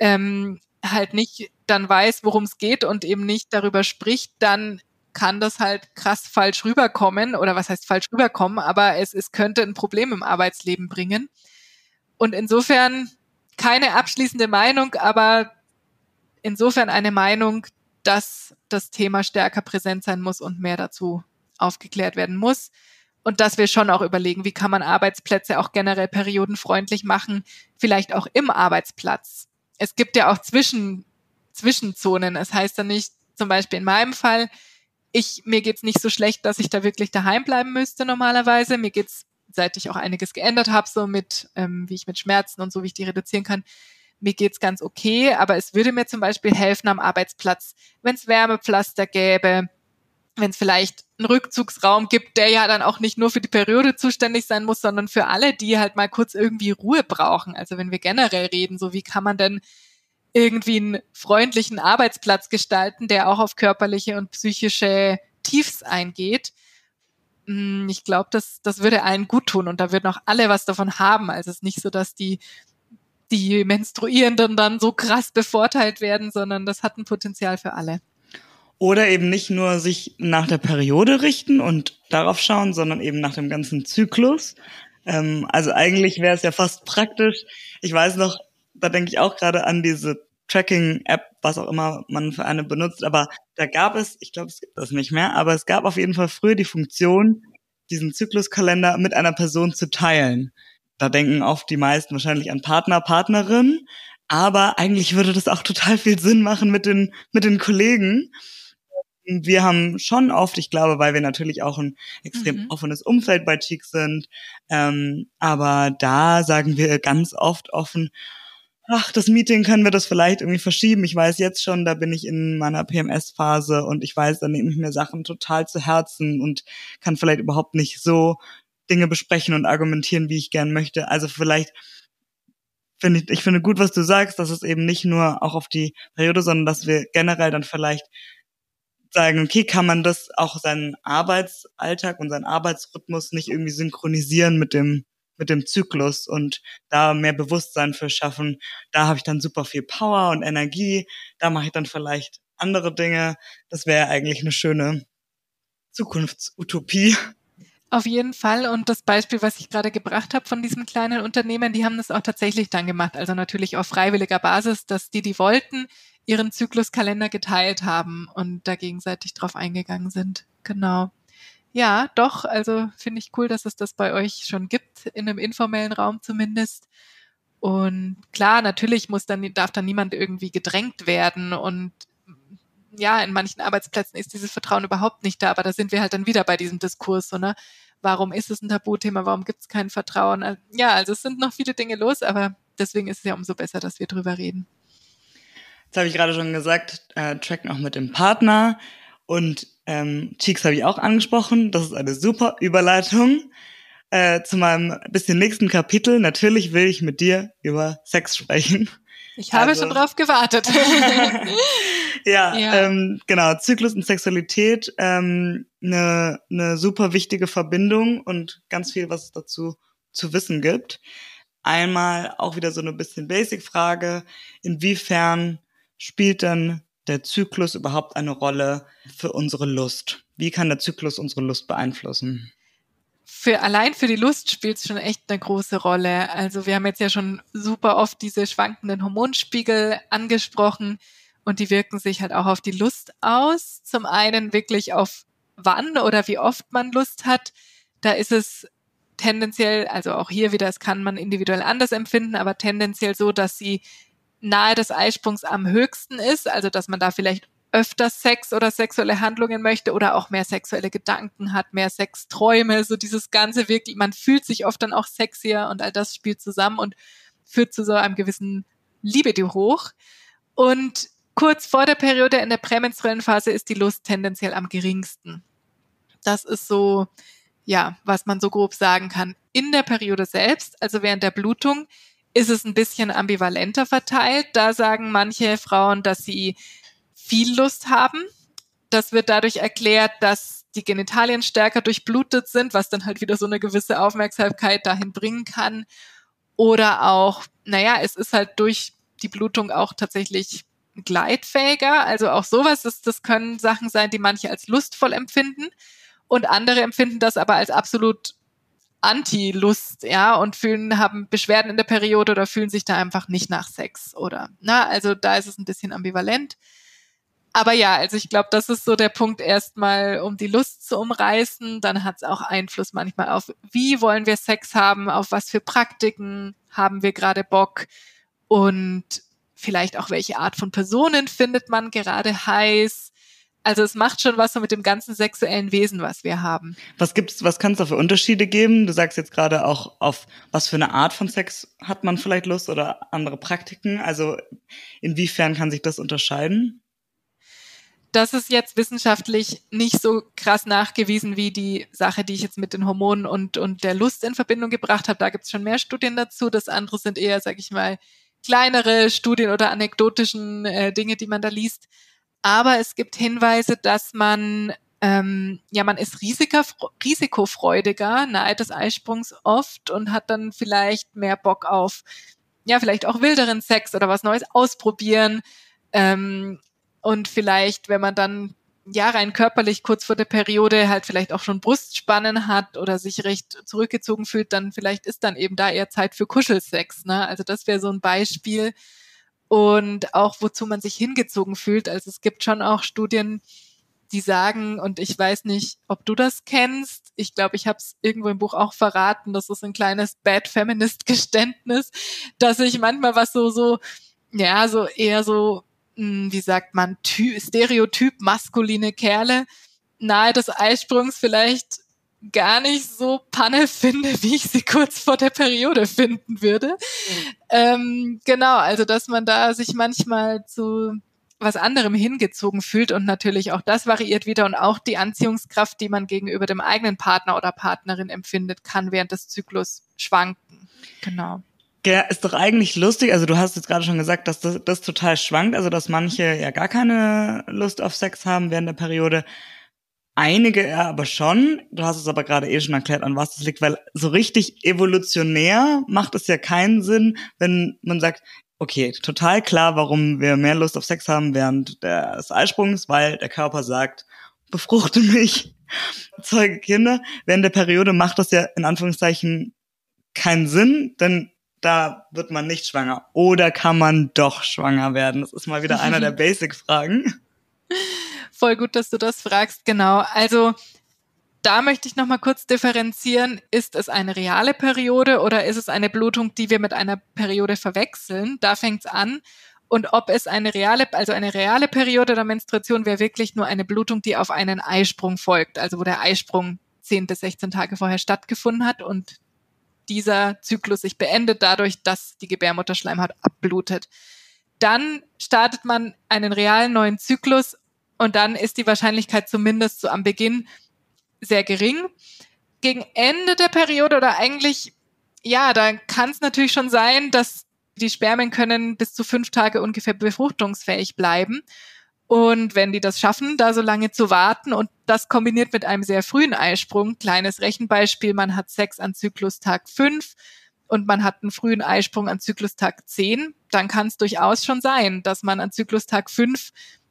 halt nicht dann weiß, worum es geht und eben nicht darüber spricht, dann kann das halt krass falsch rüberkommen, oder was heißt falsch rüberkommen, aber es könnte ein Problem im Arbeitsleben bringen. Und insofern keine abschließende Meinung, aber insofern eine Meinung, dass das Thema stärker präsent sein muss und mehr dazu aufgeklärt werden muss. Und dass wir schon auch überlegen, wie kann man Arbeitsplätze auch generell periodenfreundlich machen, vielleicht auch im Arbeitsplatz. Es gibt ja auch Zwischenzonen. Es heißt dann nicht, zum Beispiel in meinem Fall, mir geht's nicht so schlecht, dass ich da wirklich daheim bleiben müsste normalerweise. Mir geht's, seit ich auch einiges geändert habe, so mit, wie ich mit Schmerzen und so, wie ich die reduzieren kann, mir geht's ganz okay. Aber es würde mir zum Beispiel helfen am Arbeitsplatz, wenn es Wärmepflaster gäbe, wenn es vielleicht einen Rückzugsraum gibt, der ja dann auch nicht nur für die Periode zuständig sein muss, sondern für alle, die halt mal kurz irgendwie Ruhe brauchen. Also wenn wir generell reden, so wie kann man denn irgendwie einen freundlichen Arbeitsplatz gestalten, der auch auf körperliche und psychische Tiefs eingeht. Ich glaube, das würde allen gut tun und da würden auch alle was davon haben. Also es ist nicht so, dass die Menstruierenden dann so krass bevorteilt werden, sondern das hat ein Potenzial für alle. Oder eben nicht nur sich nach der Periode richten und darauf schauen, sondern eben nach dem ganzen Zyklus. Also eigentlich wäre es ja fast praktisch. Ich weiß noch, da denke ich auch gerade an diese Tracking-App, was auch immer man für eine benutzt. Aber da gab es, ich glaube, es gibt das nicht mehr, aber es gab auf jeden Fall früher die Funktion, diesen Zykluskalender mit einer Person zu teilen. Da denken oft die meisten wahrscheinlich an Partner, Partnerin. Aber eigentlich würde das auch total viel Sinn machen mit den Kollegen. Wir haben schon oft, ich glaube, weil wir natürlich auch ein extrem offenes Umfeld bei Cheeks sind, aber da sagen wir ganz oft offen, ach, das Meeting können wir das vielleicht irgendwie verschieben. Ich weiß jetzt schon, da bin ich in meiner PMS-Phase und ich weiß, da nehme ich mir Sachen total zu Herzen und kann vielleicht überhaupt nicht so Dinge besprechen und argumentieren, wie ich gern möchte. Also vielleicht ich finde gut, was du sagst, dass es eben nicht nur auch auf die Periode, sondern dass wir generell dann vielleicht sagen, okay, kann man das auch seinen Arbeitsalltag und seinen Arbeitsrhythmus nicht irgendwie synchronisieren mit dem Zyklus und da mehr Bewusstsein für schaffen. Da habe ich dann super viel Power und Energie, da mache ich dann vielleicht andere Dinge. Das wäre eigentlich eine schöne Zukunftsutopie. Auf jeden Fall. Und das Beispiel, was ich gerade gebracht habe von diesem kleinen Unternehmen, die haben das auch tatsächlich dann gemacht. Also natürlich auf freiwilliger Basis, dass die wollten, ihren Zykluskalender geteilt haben und da gegenseitig drauf eingegangen sind. Genau. Ja, doch. Also finde ich cool, dass es das bei euch schon gibt, in einem informellen Raum zumindest. Und klar, natürlich darf dann niemand irgendwie gedrängt werden und ja, in manchen Arbeitsplätzen ist dieses Vertrauen überhaupt nicht da, aber da sind wir halt dann wieder bei diesem Diskurs, so, ne? Warum ist es ein Tabuthema? Warum gibt es kein Vertrauen? Ja, also es sind noch viele Dinge los, aber deswegen ist es ja umso besser, dass wir drüber reden. Jetzt habe ich gerade schon gesagt, tracken auch mit dem Partner und Cheeks habe ich auch angesprochen. Das ist eine super Überleitung zu meinem bisschen nächsten Kapitel. Natürlich will ich mit dir über Sex sprechen. Ich habe schon drauf gewartet. Ja. Genau, Zyklus und Sexualität, eine super wichtige Verbindung und ganz viel, was es dazu zu wissen gibt. Einmal auch wieder so eine bisschen Basic-Frage, inwiefern spielt denn der Zyklus überhaupt eine Rolle für unsere Lust? Wie kann der Zyklus unsere Lust beeinflussen? Allein für die Lust spielt es schon echt eine große Rolle. Also wir haben jetzt ja schon super oft diese schwankenden Hormonspiegel angesprochen und die wirken sich halt auch auf die Lust aus. Zum einen wirklich auf wann oder wie oft man Lust hat. Da ist es tendenziell, also auch hier wieder, das kann man individuell anders empfinden, aber tendenziell so, dass sie nahe des Eisprungs am höchsten ist, also dass man da vielleicht öfter Sex oder sexuelle Handlungen möchte oder auch mehr sexuelle Gedanken hat, mehr Sexträume, so dieses Ganze wirklich, man fühlt sich oft dann auch sexier und all das spielt zusammen und führt zu so einem gewissen Libido hoch. Und kurz vor der Periode in der prämenstruellen Phase ist die Lust tendenziell am geringsten. Das ist so, ja, was man so grob sagen kann. In der Periode selbst, also während der Blutung, ist es ein bisschen ambivalenter verteilt. Da sagen manche Frauen, dass sie viel Lust haben. Das wird dadurch erklärt, dass die Genitalien stärker durchblutet sind, was dann halt wieder so eine gewisse Aufmerksamkeit dahin bringen kann. Oder auch, es ist halt durch die Blutung auch tatsächlich gleitfähiger. Also auch sowas, das können Sachen sein, die manche als lustvoll empfinden und andere empfinden das aber als absolut Anti-Lust, ja, und haben Beschwerden in der Periode oder fühlen sich da einfach nicht nach Sex oder, also da ist es ein bisschen ambivalent. Aber ja, also ich glaube, das ist so der Punkt erstmal, um die Lust zu umreißen. Dann hat es auch Einfluss manchmal auf, wie wollen wir Sex haben, auf was für Praktiken haben wir gerade Bock und vielleicht auch, welche Art von Personen findet man gerade heiß. Also es macht schon was so mit dem ganzen sexuellen Wesen, was wir haben. Was kann es da für Unterschiede geben? Du sagst jetzt gerade auch, auf was für eine Art von Sex hat man vielleicht Lust oder andere Praktiken. Also inwiefern kann sich das unterscheiden? Das ist jetzt wissenschaftlich nicht so krass nachgewiesen wie die Sache, die ich jetzt mit den Hormonen und der Lust in Verbindung gebracht habe. Da gibt es schon mehr Studien dazu. Das andere sind eher, sag ich mal, kleinere Studien oder anekdotischen Dinge, die man da liest. Aber es gibt Hinweise, dass man ist risikofreudiger nahe des Eisprungs oft und hat dann vielleicht mehr Bock auf, vielleicht auch wilderen Sex oder was Neues ausprobieren. Und vielleicht, wenn man dann rein körperlich kurz vor der Periode halt vielleicht auch schon Brustspannen hat oder sich recht zurückgezogen fühlt, dann vielleicht ist dann eben da eher Zeit für Kuschelsex, ne? Also das wäre so ein Beispiel. Und auch wozu man sich hingezogen fühlt. Also es gibt schon auch Studien, die sagen, und ich weiß nicht, ob du das kennst, ich glaube, ich habe es irgendwo im Buch auch verraten, das ist ein kleines Bad Feminist-Geständnis, dass ich manchmal was so eher so, wie sagt man, Stereotyp maskuline Kerle nahe des Eisprungs vielleicht gar nicht so Panne finde, wie ich sie kurz vor der Periode finden würde. Genau, also dass man da sich manchmal zu was anderem hingezogen fühlt und natürlich auch das variiert wieder und auch die Anziehungskraft, die man gegenüber dem eigenen Partner oder Partnerin empfindet, kann während des Zyklus schwanken. Genau. Ja, ist doch eigentlich lustig. Also du hast jetzt gerade schon gesagt, dass das total schwankt, also dass manche ja gar keine Lust auf Sex haben während der Periode. Einige ja aber schon. Du hast es aber gerade schon erklärt, an was das liegt, weil so richtig evolutionär macht es ja keinen Sinn, wenn man sagt, okay, total klar, warum wir mehr Lust auf Sex haben während des Eisprungs, weil der Körper sagt, befruchte mich, zeuge Kinder. Während der Periode macht das ja in Anführungszeichen keinen Sinn, denn da wird man nicht schwanger. Oder kann man doch schwanger werden? Das ist mal wieder einer der Basic-Fragen. Voll gut, dass du das fragst, genau. Also da möchte ich nochmal kurz differenzieren, ist es eine reale Periode oder ist es eine Blutung, die wir mit einer Periode verwechseln? Da fängt es an. Und ob es eine reale Periode der Menstruation wäre wirklich nur eine Blutung, die auf einen Eisprung folgt, also wo der Eisprung 10 bis 16 Tage vorher stattgefunden hat und dieser Zyklus sich beendet dadurch, dass die Gebärmutterschleimhaut abblutet. Dann startet man einen realen neuen Zyklus und dann ist die Wahrscheinlichkeit zumindest so am Beginn sehr gering. Gegen Ende der Periode oder eigentlich, ja, da kann es natürlich schon sein, dass die Spermien können bis zu 5 Tage ungefähr befruchtungsfähig bleiben. Und wenn die das schaffen, da so lange zu warten und das kombiniert mit einem sehr frühen Eisprung, kleines Rechenbeispiel, man hat Sex an Zyklustag 5 und man hat einen frühen Eisprung an Zyklustag 10, dann kann es durchaus schon sein, dass man an Zyklustag 5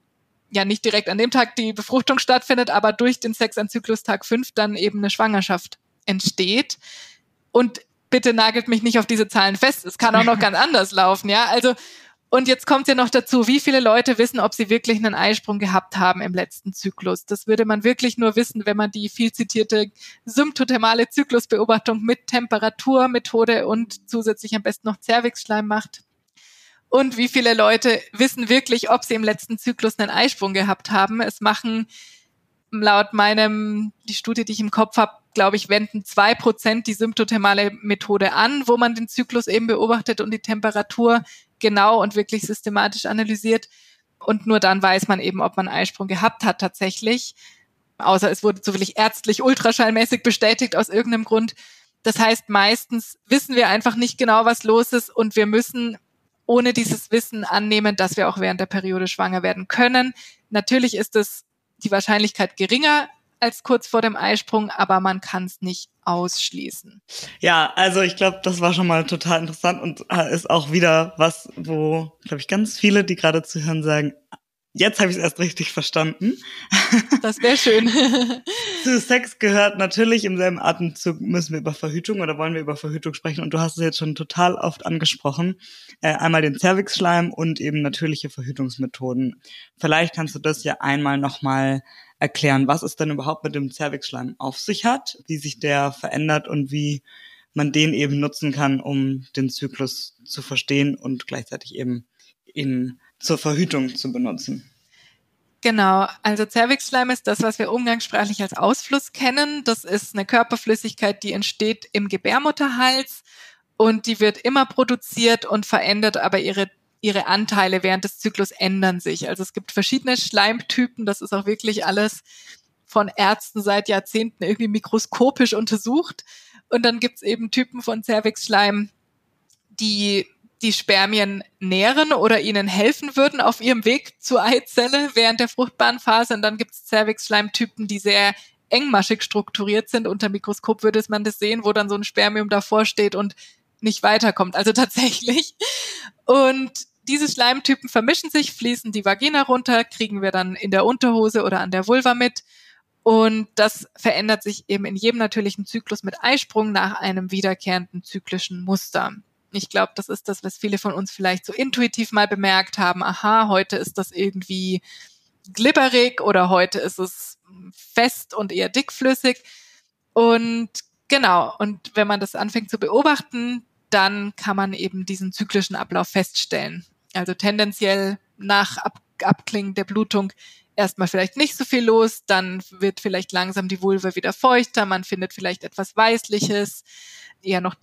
ja nicht direkt an dem Tag die Befruchtung stattfindet, aber durch den Sex an Zyklustag 5 dann eben eine Schwangerschaft entsteht. Und bitte nagelt mich nicht auf diese Zahlen fest, es kann auch noch ganz anders laufen, ja, also und jetzt kommt ja noch dazu, wie viele Leute wissen, ob sie wirklich einen Eisprung gehabt haben im letzten Zyklus. Das würde man wirklich nur wissen, wenn man die viel zitierte symptothermale Zyklusbeobachtung mit Temperaturmethode und zusätzlich am besten noch Zervixschleim macht. Und wie viele Leute wissen wirklich, ob sie im letzten Zyklus einen Eisprung gehabt haben. Es machen laut die Studie, die ich im Kopf habe, glaube ich, wenden 2% die symptothermale Methode an, wo man den Zyklus eben beobachtet und die Temperatur genau und wirklich systematisch analysiert. Und nur dann weiß man eben, ob man einen Eisprung gehabt hat tatsächlich. Außer es wurde zufällig ärztlich ultraschallmäßig bestätigt aus irgendeinem Grund. Das heißt, meistens wissen wir einfach nicht genau, was los ist und wir müssen ohne dieses Wissen annehmen, dass wir auch während der Periode schwanger werden können. Natürlich ist es die Wahrscheinlichkeit geringer als kurz vor dem Eisprung, aber man kann es nicht ausschließen. Ja, also ich glaube, das war schon mal total interessant und ist auch wieder was, wo, glaube ich, ganz viele, die gerade zuhören, sagen, jetzt habe ich es erst richtig verstanden. Das wäre schön. Zu Sex gehört natürlich im selben Atemzug, müssen wir über Verhütung oder wollen wir über Verhütung sprechen und du hast es jetzt schon total oft angesprochen. Einmal den Zervixschleim und eben natürliche Verhütungsmethoden. Vielleicht kannst du das ja einmal nochmal erklären, was es denn überhaupt mit dem Zervixschleim auf sich hat, wie sich der verändert und wie man den eben nutzen kann, um den Zyklus zu verstehen und gleichzeitig eben ihn zur Verhütung zu benutzen. Genau, also Zervixschleim ist das, was wir umgangssprachlich als Ausfluss kennen. Das ist eine Körperflüssigkeit, die entsteht im Gebärmutterhals und die wird immer produziert und verändert, aber ihre Anteile während des Zyklus ändern sich. Also es gibt verschiedene Schleimtypen, das ist auch wirklich alles von Ärzten seit Jahrzehnten irgendwie mikroskopisch untersucht. Und dann gibt es eben Typen von Zervixschleim, die Spermien nähren oder ihnen helfen würden auf ihrem Weg zur Eizelle während der fruchtbaren Phase. Und dann gibt es Zervixschleimtypen, die sehr engmaschig strukturiert sind. Unter Mikroskop würde man das sehen, wo dann so ein Spermium davor steht und nicht weiterkommt. Also tatsächlich. Und diese Schleimtypen vermischen sich, fließen die Vagina runter, kriegen wir dann in der Unterhose oder an der Vulva mit. Und das verändert sich eben in jedem natürlichen Zyklus mit Eisprung nach einem wiederkehrenden zyklischen Muster. Ich glaube, das ist das, was viele von uns vielleicht so intuitiv mal bemerkt haben. Aha, heute ist das irgendwie glibberig oder heute ist es fest und eher dickflüssig. Und genau, und wenn man das anfängt zu beobachten, dann kann man eben diesen zyklischen Ablauf feststellen. Also tendenziell nach Abklingen der Blutung erstmal vielleicht nicht so viel los, dann wird vielleicht langsam die Vulva wieder feuchter, man findet vielleicht etwas Weißliches, eher noch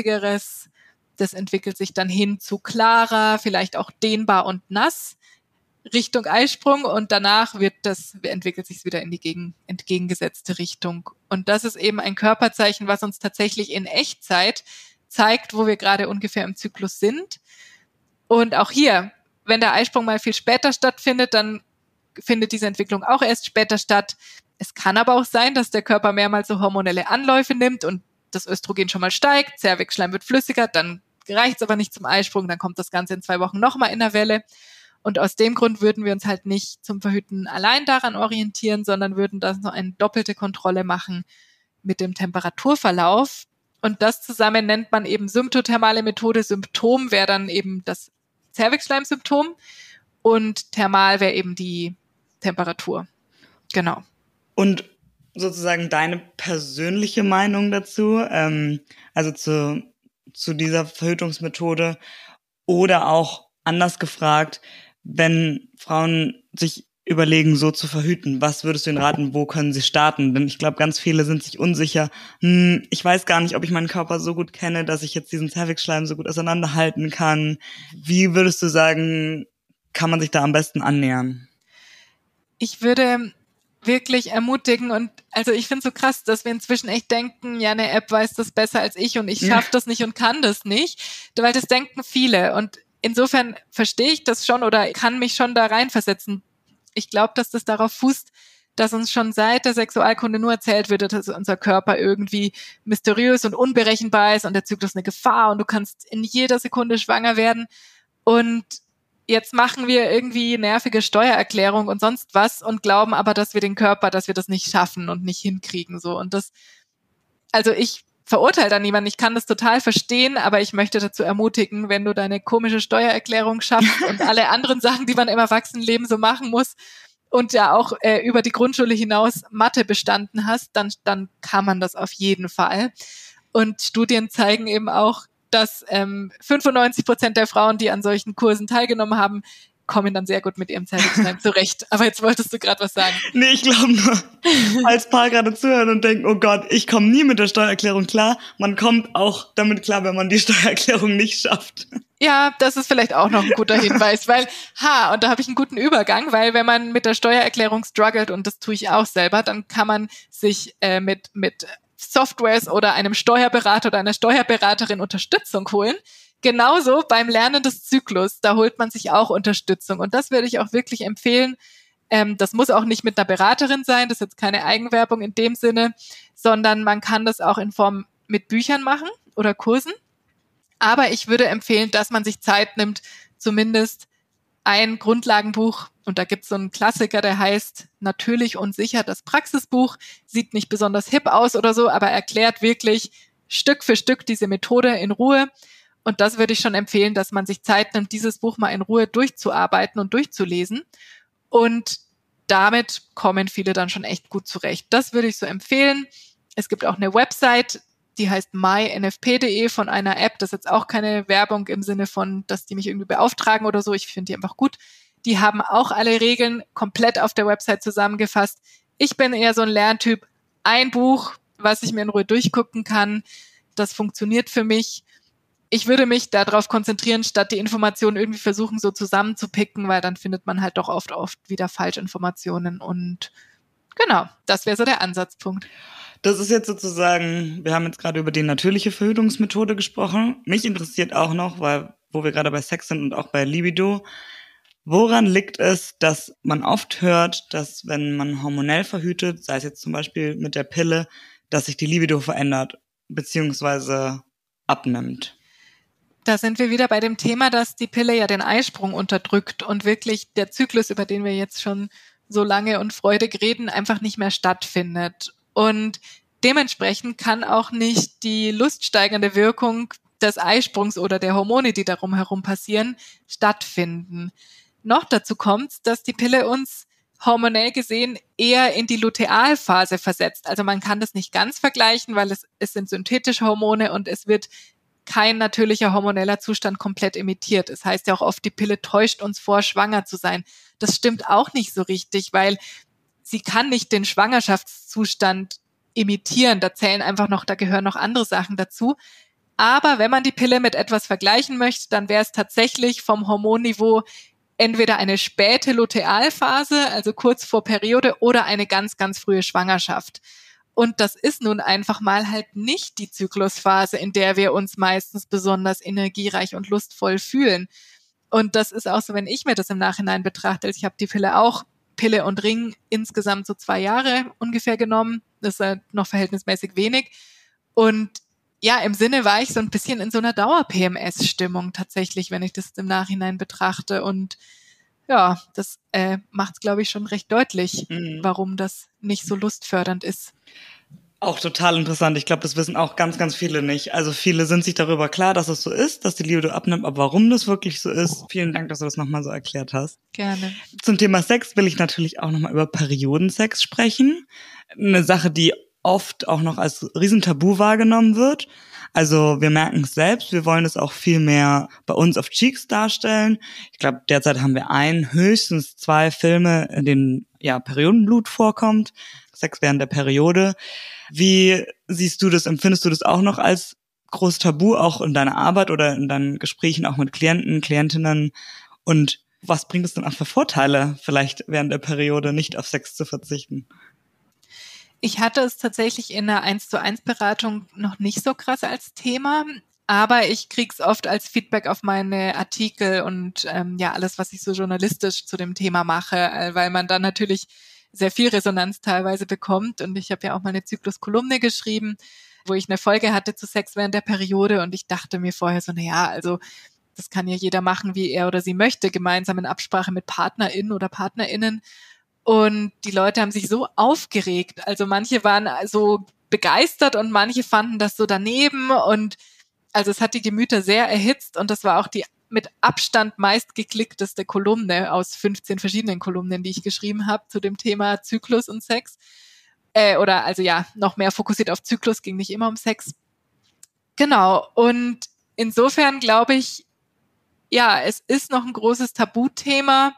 dickflüssigeres. Das entwickelt sich dann hin zu klarer, vielleicht auch dehnbar und nass. Richtung Eisprung und danach entwickelt sich es wieder in die entgegengesetzte Richtung. Und das ist eben ein Körperzeichen, was uns tatsächlich in Echtzeit zeigt, wo wir gerade ungefähr im Zyklus sind. Und auch hier, wenn der Eisprung mal viel später stattfindet, dann findet diese Entwicklung auch erst später statt. Es kann aber auch sein, dass der Körper mehrmals so hormonelle Anläufe nimmt und das Östrogen schon mal steigt, Zervixschleim wird flüssiger, dann reicht es aber nicht zum Eisprung, dann kommt das Ganze in 2 Wochen nochmal in der Welle. Und aus dem Grund würden wir uns halt nicht zum Verhüten allein daran orientieren, sondern würden das noch eine doppelte Kontrolle machen mit dem Temperaturverlauf. Und das zusammen nennt man eben symptothermale Methode. Symptom wäre dann eben das Zervixschleimsymptom und thermal wäre eben die Temperatur. Genau. Und sozusagen deine persönliche Meinung dazu, also zu dieser Verhütungsmethode oder auch anders gefragt, wenn Frauen sich überlegen, so zu verhüten, was würdest du ihnen raten, wo können sie starten? Denn ich glaube, ganz viele sind sich unsicher, ich weiß gar nicht, ob ich meinen Körper so gut kenne, dass ich jetzt diesen Zervixschleim so gut auseinanderhalten kann. Wie würdest du sagen, kann man sich da am besten annähern? Ich würde wirklich ermutigen und also ich finde es so krass, dass wir inzwischen echt denken, ja, eine App weiß das besser als ich und ich schaffe das nicht und kann das nicht, weil das denken viele und insofern verstehe ich das schon oder kann mich schon da reinversetzen. Ich glaube, dass das darauf fußt, dass uns schon seit der Sexualkunde nur erzählt wird, dass unser Körper irgendwie mysteriös und unberechenbar ist und der Zyklus eine Gefahr und du kannst in jeder Sekunde schwanger werden und jetzt machen wir irgendwie nervige Steuererklärung und sonst was und glauben aber, dass wir das nicht schaffen und nicht hinkriegen, so. Und das, also ich verurteile da niemanden, ich kann das total verstehen, aber ich möchte dazu ermutigen, wenn du deine komische Steuererklärung schaffst und alle anderen Sachen, die man im Erwachsenenleben so machen muss und ja auch über die Grundschule hinaus Mathe bestanden hast, dann kann man das auf jeden Fall. Und Studien zeigen eben auch, dass 95% der Frauen, die an solchen Kursen teilgenommen haben, kommen dann sehr gut mit ihrem Zervixschleim zurecht. Aber jetzt wolltest du gerade was sagen. Nee, ich glaube nur, als Paar gerade zuhören und denken, oh Gott, ich komme nie mit der Steuererklärung klar. Man kommt auch damit klar, wenn man die Steuererklärung nicht schafft. Ja, das ist vielleicht auch noch ein guter Hinweis, weil, und da habe ich einen guten Übergang, weil wenn man mit der Steuererklärung struggelt, und das tue ich auch selber, dann kann man sich mit Softwares oder einem Steuerberater oder einer Steuerberaterin Unterstützung holen. Genauso beim Lernen des Zyklus, da holt man sich auch Unterstützung. Und das würde ich auch wirklich empfehlen. Das muss auch nicht mit einer Beraterin sein, das ist jetzt keine Eigenwerbung in dem Sinne, sondern man kann das auch in Form mit Büchern machen oder Kursen. Aber ich würde empfehlen, dass man sich Zeit nimmt, zumindest ein Grundlagenbuch, und da gibt es so einen Klassiker, der heißt Natürlich und sicher das Praxisbuch, sieht nicht besonders hip aus oder so, aber erklärt wirklich Stück für Stück diese Methode in Ruhe. Und das würde ich schon empfehlen, dass man sich Zeit nimmt, dieses Buch mal in Ruhe durchzuarbeiten und durchzulesen. Und damit kommen viele dann schon echt gut zurecht. Das würde ich so empfehlen. Es gibt auch eine Website, die heißt mynfp.de von einer App. Das ist jetzt auch keine Werbung im Sinne von, dass die mich irgendwie beauftragen oder so. Ich finde die einfach gut. Die haben auch alle Regeln komplett auf der Website zusammengefasst. Ich bin eher so ein Lerntyp. Ein Buch, was ich mir in Ruhe durchgucken kann, das funktioniert für mich. Ich würde mich darauf konzentrieren, statt die Informationen irgendwie versuchen, so zusammenzupicken, weil dann findet man halt doch oft wieder Falschinformationen. Und genau, das wäre so der Ansatzpunkt. Das ist jetzt sozusagen, wir haben jetzt gerade über die natürliche Verhütungsmethode gesprochen. Mich interessiert auch noch, weil, wo wir gerade bei Sex sind und auch bei Libido, woran liegt es, dass man oft hört, dass wenn man hormonell verhütet, sei es jetzt zum Beispiel mit der Pille, dass sich die Libido verändert bzw. abnimmt? Da sind wir wieder bei dem Thema, dass die Pille ja den Eisprung unterdrückt und wirklich der Zyklus, über den wir jetzt schon so lange und freudig reden, einfach nicht mehr stattfindet. Und dementsprechend kann auch nicht die luststeigernde Wirkung des Eisprungs oder der Hormone, die darum herum passieren, stattfinden. Noch dazu kommt, dass die Pille uns hormonell gesehen eher in die Lutealphase versetzt. Also man kann das nicht ganz vergleichen, weil es sind synthetische Hormone und es wird kein natürlicher hormoneller Zustand komplett imitiert. Es heißt ja auch oft, die Pille täuscht uns vor, schwanger zu sein. Das stimmt auch nicht so richtig, weil sie kann nicht den Schwangerschaftszustand imitieren. Da gehören noch andere Sachen dazu. Aber wenn man die Pille mit etwas vergleichen möchte, dann wäre es tatsächlich vom Hormonniveau entweder eine späte Lutealphase, also kurz vor Periode, oder eine ganz, ganz frühe Schwangerschaft. Und das ist nun einfach mal halt nicht die Zyklusphase, in der wir uns meistens besonders energiereich und lustvoll fühlen. Und das ist auch so, wenn ich mir das im Nachhinein betrachte. Also ich habe die Pille und Ring insgesamt so 2 Jahre ungefähr genommen. Das ist halt noch verhältnismäßig wenig. Und ja, im Sinne war ich so ein bisschen in so einer Dauer-PMS-Stimmung tatsächlich, wenn ich das im Nachhinein betrachte. Und ja, das macht es, glaube ich, schon recht deutlich, warum das nicht so lustfördernd ist. Auch total interessant. Ich glaube, das wissen auch ganz, ganz viele nicht. Also viele sind sich darüber klar, dass es so ist, dass die Libido abnimmt, aber warum das wirklich so ist, vielen Dank, dass du das nochmal so erklärt hast. Gerne. Zum Thema Sex will ich natürlich auch nochmal über Periodensex sprechen. Eine Sache, die oft auch noch als Riesentabu wahrgenommen wird. Also wir merken es selbst, wir wollen es auch viel mehr bei uns auf Cheeks darstellen. Ich glaube, derzeit haben wir höchstens 2 Filme, in denen Periodenblut vorkommt, Sex während der Periode. Wie siehst du das? Empfindest du das auch noch als großes Tabu, auch in deiner Arbeit oder in deinen Gesprächen auch mit Klienten, Klientinnen? Und was bringt es denn auch für Vorteile, vielleicht während der Periode nicht auf Sex zu verzichten? Ich hatte es tatsächlich in einer 1:1 Beratung noch nicht so krass als Thema, aber ich krieg's oft als Feedback auf meine Artikel und alles, was ich so journalistisch zu dem Thema mache, weil man dann natürlich sehr viel Resonanz teilweise bekommt. Und ich habe ja auch mal eine Zyklus-Kolumne geschrieben, wo ich eine Folge hatte zu Sex während der Periode. Und ich dachte mir vorher so, also das kann ja jeder machen, wie er oder sie möchte, gemeinsam in Absprache mit PartnerInnen oder PartnerInnen. Und die Leute haben sich so aufgeregt. Also manche waren so begeistert und manche fanden das so daneben. Und also es hat die Gemüter sehr erhitzt. Und das war auch die mit Abstand meistgeklickteste Kolumne aus 15 verschiedenen Kolumnen, die ich geschrieben habe zu dem Thema Zyklus und Sex. Noch mehr fokussiert auf Zyklus, ging nicht immer um Sex. Genau. Und insofern glaube ich, es ist noch ein großes Tabuthema.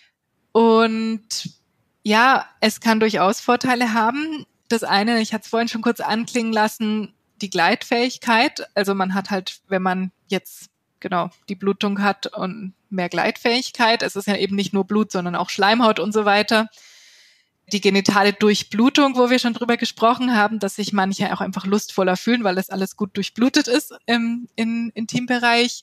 Und ja, es kann durchaus Vorteile haben. Das eine, ich hatte es vorhin schon kurz anklingen lassen, die Gleitfähigkeit. Also man hat halt, wenn man jetzt die Blutung hat und mehr Gleitfähigkeit. Es ist ja eben nicht nur Blut, sondern auch Schleimhaut und so weiter. Die genitale Durchblutung, wo wir schon drüber gesprochen haben, dass sich manche auch einfach lustvoller fühlen, weil das alles gut durchblutet ist im Intimbereich.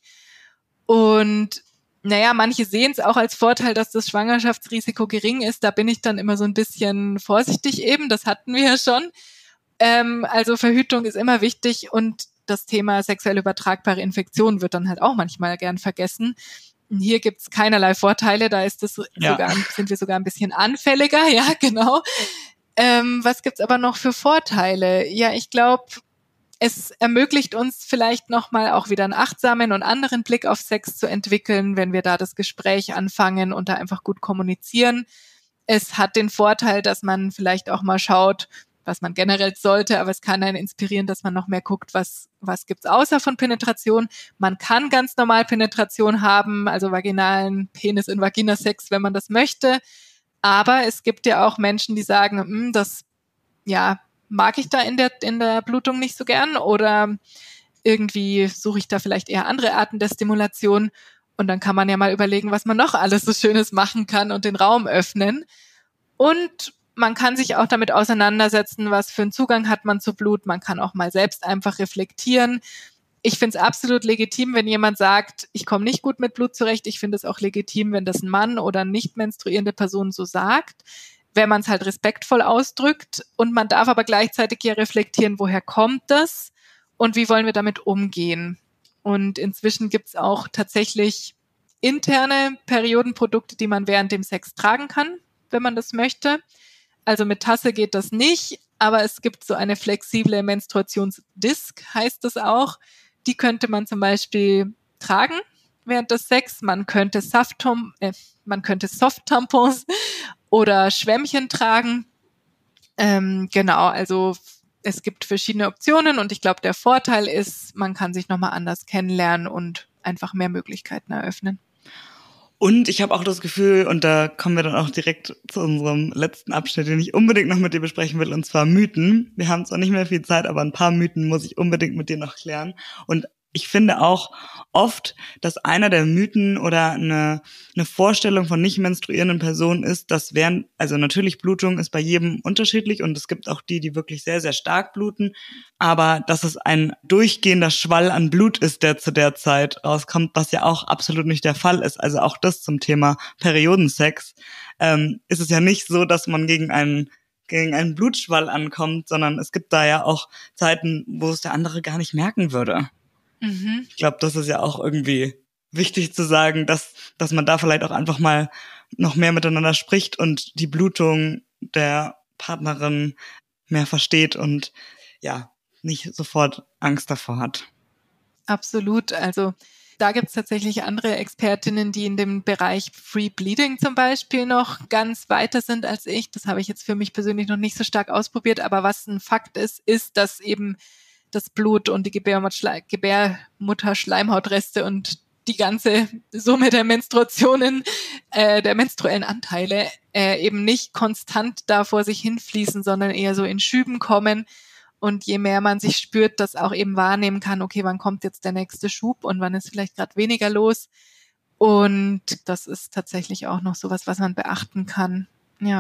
Und manche sehen es auch als Vorteil, dass das Schwangerschaftsrisiko gering ist. Da bin ich dann immer so ein bisschen vorsichtig eben. Das hatten wir ja schon. Also Verhütung ist immer wichtig und das Thema sexuell übertragbare Infektionen wird dann halt auch manchmal gern vergessen. Hier gibt's keinerlei Vorteile, da ist sind wir sogar ein bisschen anfälliger, ja, genau. Was gibt's aber noch für Vorteile? Ja, ich glaube, es ermöglicht uns vielleicht nochmal auch wieder einen achtsamen und anderen Blick auf Sex zu entwickeln, wenn wir da das Gespräch anfangen und da einfach gut kommunizieren. Es hat den Vorteil, dass man vielleicht auch mal schaut, was man generell sollte, aber es kann einen inspirieren, dass man noch mehr guckt, was gibt's außer von Penetration. Man kann ganz normal Penetration haben, also vaginalen Penis in Vaginasex, wenn man das möchte. Aber es gibt ja auch Menschen, die sagen, das mag ich da in der Blutung nicht so gern oder irgendwie suche ich da vielleicht eher andere Arten der Stimulation. Und dann kann man ja mal überlegen, was man noch alles so Schönes machen kann und den Raum öffnen. Und man kann sich auch damit auseinandersetzen, was für einen Zugang hat man zu Blut. Man kann auch mal selbst einfach reflektieren. Ich finde es absolut legitim, wenn jemand sagt, ich komme nicht gut mit Blut zurecht. Ich finde es auch legitim, wenn das ein Mann oder eine nicht menstruierende Person so sagt, wenn man es halt respektvoll ausdrückt. Und man darf aber gleichzeitig ja reflektieren, woher kommt das und wie wollen wir damit umgehen. Und inzwischen gibt es auch tatsächlich interne Periodenprodukte, die man während dem Sex tragen kann, wenn man das möchte. Also mit Tasse geht das nicht, aber es gibt so eine flexible Menstruationsdisk, heißt es auch. Die könnte man zum Beispiel tragen während des Sex. Man könnte Soft-Tampons oder Schwämmchen tragen. Also es gibt verschiedene Optionen und ich glaube, der Vorteil ist, man kann sich nochmal anders kennenlernen und einfach mehr Möglichkeiten eröffnen. Und ich habe auch das Gefühl, und da kommen wir dann auch direkt zu unserem letzten Abschnitt, den ich unbedingt noch mit dir besprechen will, und zwar Mythen. Wir haben zwar nicht mehr viel Zeit, aber ein paar Mythen muss ich unbedingt mit dir noch klären. Und ich finde auch oft, dass einer der Mythen oder eine Vorstellung von nicht menstruierenden Personen ist, dass also natürlich Blutung ist bei jedem unterschiedlich und es gibt auch die wirklich sehr, sehr stark bluten, aber dass es ein durchgehender Schwall an Blut ist, der zu der Zeit rauskommt, was ja auch absolut nicht der Fall ist. Also auch das zum Thema Periodensex, ist es ja nicht so, dass man gegen einen Blutschwall ankommt, sondern es gibt da ja auch Zeiten, wo es der andere gar nicht merken würde. Mhm. Ich glaube, das ist ja auch irgendwie wichtig zu sagen, dass man da vielleicht auch einfach mal noch mehr miteinander spricht und die Blutung der Partnerin mehr versteht und ja, nicht sofort Angst davor hat. Absolut. Also da gibt es tatsächlich andere Expertinnen, die in dem Bereich Free Bleeding zum Beispiel noch ganz weiter sind als ich. Das habe ich jetzt für mich persönlich noch nicht so stark ausprobiert. Aber was ein Fakt ist, dass eben das Blut und die Gebärmutterschleimhautreste und die ganze Summe der Menstruationen, der menstruellen Anteile eben nicht konstant da vor sich hinfließen, sondern eher so in Schüben kommen. Und je mehr man sich spürt, das auch eben wahrnehmen kann, okay, wann kommt jetzt der nächste Schub und wann ist vielleicht gerade weniger los. Und das ist tatsächlich auch noch sowas, was man beachten kann. Ja.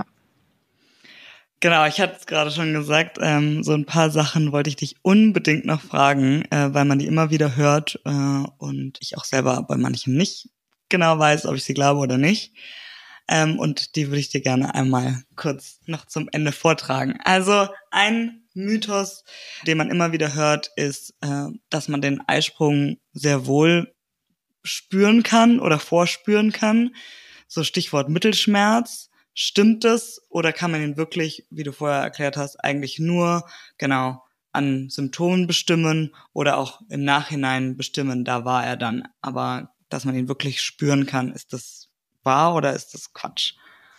Genau, ich hatte es gerade schon gesagt, so ein paar Sachen wollte ich dich unbedingt noch fragen, weil man die immer wieder hört und ich auch selber bei manchen nicht genau weiß, ob ich sie glaube oder nicht. Und die würde ich dir gerne einmal kurz noch zum Ende vortragen. Also ein Mythos, den man immer wieder hört, ist, dass man den Eisprung sehr wohl spüren kann oder vorspüren kann. So Stichwort Mittelschmerz. Stimmt das oder kann man ihn wirklich, wie du vorher erklärt hast, eigentlich nur genau an Symptomen bestimmen oder auch im Nachhinein bestimmen, da war er dann. Aber dass man ihn wirklich spüren kann, ist das wahr oder ist das Quatsch?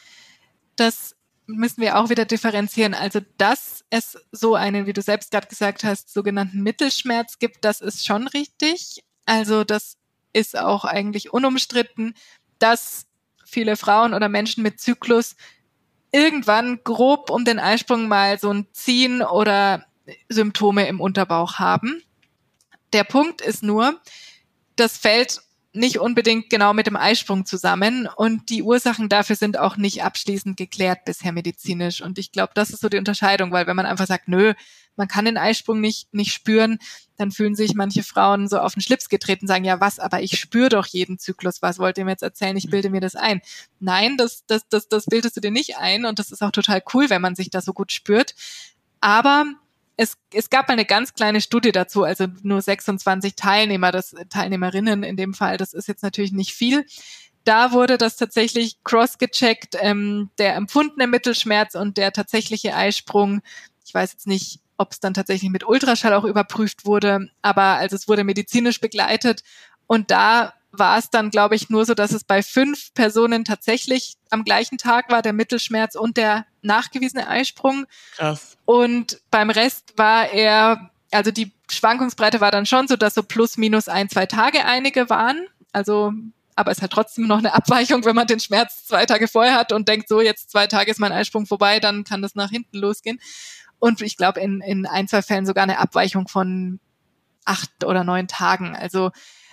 Das müssen wir auch wieder differenzieren. Also, dass es so einen, wie du selbst gerade gesagt hast, sogenannten Mittelschmerz gibt, das ist schon richtig. Also, das ist auch eigentlich unumstritten, dass viele Frauen oder Menschen mit Zyklus irgendwann grob um den Eisprung mal so ein Ziehen oder Symptome im Unterbauch haben. Der Punkt ist nur, das fällt nicht unbedingt genau mit dem Eisprung zusammen und die Ursachen dafür sind auch nicht abschließend geklärt bisher medizinisch. Und ich glaube, das ist so die Unterscheidung, weil wenn man einfach sagt, nö, man kann den Eisprung nicht spüren, dann fühlen sich manche Frauen so auf den Schlips getreten und sagen, ja was, aber ich spüre doch jeden Zyklus, was wollt ihr mir jetzt erzählen, ich bilde mir das ein. Nein, das bildest du dir nicht ein und das ist auch total cool, wenn man sich da so gut spürt. Aber es gab mal eine ganz kleine Studie dazu, also nur 26 Teilnehmerinnen in dem Fall, das ist jetzt natürlich nicht viel. Da wurde das tatsächlich cross-gecheckt, der empfundene Mittelschmerz und der tatsächliche Eisprung. Ich weiß jetzt nicht, ob es dann tatsächlich mit Ultraschall auch überprüft wurde, aber also es wurde medizinisch begleitet und da war es dann, glaube ich, nur so, dass es bei 5 Personen tatsächlich am gleichen Tag war, der Mittelschmerz und der nachgewiesene Eisprung. Krass. Und beim Rest war also die Schwankungsbreite war dann schon so, dass so plus minus 1-2 Tage einige waren. Also, aber es hat trotzdem noch eine Abweichung, wenn man den Schmerz 2 Tage vorher hat und denkt, so jetzt 2 Tage ist mein Eisprung vorbei, dann kann das nach hinten losgehen. Und ich glaube in 1-2 Fällen sogar eine Abweichung von 8 oder 9 Tagen. Also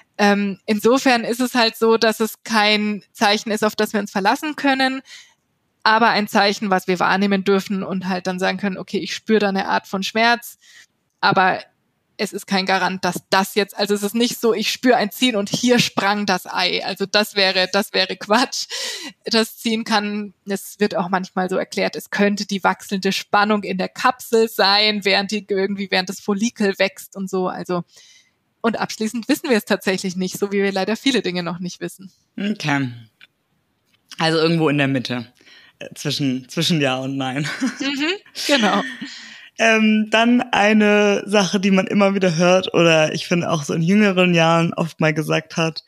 insofern ist es halt so, dass es kein Zeichen ist, auf das wir uns verlassen können, aber ein Zeichen, was wir wahrnehmen dürfen und halt dann sagen können, okay, ich spüre da eine Art von Schmerz, aber es ist kein Garant, dass das jetzt, also es ist nicht so, ich spüre ein Ziehen und hier sprang das Ei. Also das wäre Quatsch. Das Ziehen kann, es wird auch manchmal so erklärt, es könnte die wachsende Spannung in der Kapsel sein, während das Follikel wächst und so. Also und abschließend wissen wir es tatsächlich nicht, so wie wir leider viele Dinge noch nicht wissen. Okay. Also irgendwo in der Mitte. Zwischen Ja und Nein. Genau. Dann eine Sache, die man immer wieder hört oder ich finde auch so in jüngeren Jahren oft mal gesagt hat,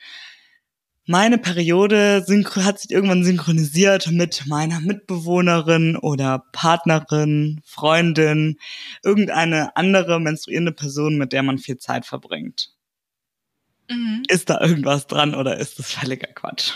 meine Periode hat sich irgendwann synchronisiert mit meiner Mitbewohnerin oder Partnerin, Freundin, irgendeine andere menstruierende Person, mit der man viel Zeit verbringt. Mhm. Ist da irgendwas dran oder ist das völliger Quatsch?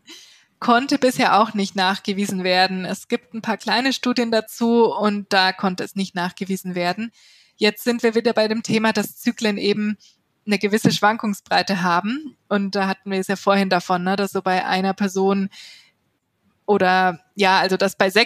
Konnte bisher auch nicht nachgewiesen werden. Es gibt ein paar kleine Studien dazu und da konnte es nicht nachgewiesen werden. Jetzt sind wir wieder bei dem Thema, dass Zyklen eben eine gewisse Schwankungsbreite haben. Und da hatten wir es ja vorhin davon, ne, dass so bei einer Person oder ja, also dass bei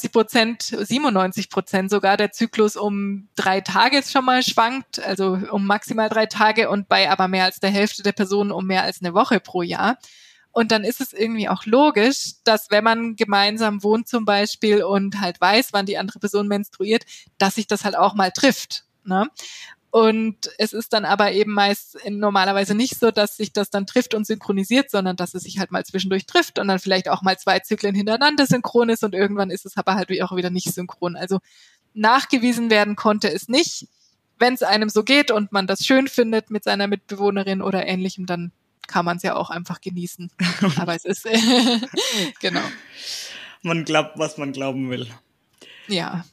97% sogar der Zyklus um 3 Tage schon mal schwankt, also um maximal 3 Tage und bei aber mehr als der Hälfte der Personen um mehr als eine Woche pro Jahr. Und dann ist es irgendwie auch logisch, dass wenn man gemeinsam wohnt zum Beispiel und halt weiß, wann die andere Person menstruiert, dass sich das halt auch mal trifft, ne? Und es ist dann aber eben meist normalerweise nicht so, dass sich das dann trifft und synchronisiert, sondern dass es sich halt mal zwischendurch trifft und dann vielleicht auch mal 2 Zyklen hintereinander synchron ist und irgendwann ist es aber halt auch wieder nicht synchron. Also nachgewiesen werden konnte es nicht. Wenn es einem so geht und man das schön findet mit seiner Mitbewohnerin oder Ähnlichem, dann kann man es ja auch einfach genießen. Aber es ist, genau. Man glaubt, was man glauben will. Ja.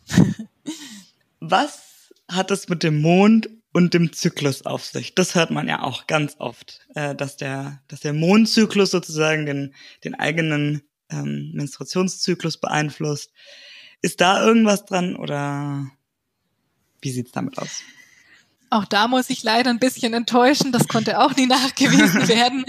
Was hat es mit dem Mond und dem Zyklus auf sich? Das hört man ja auch ganz oft, dass der Mondzyklus sozusagen den eigenen Menstruationszyklus beeinflusst. Ist da irgendwas dran oder wie sieht's damit aus? Auch da muss ich leider ein bisschen enttäuschen. Das konnte auch nie nachgewiesen werden.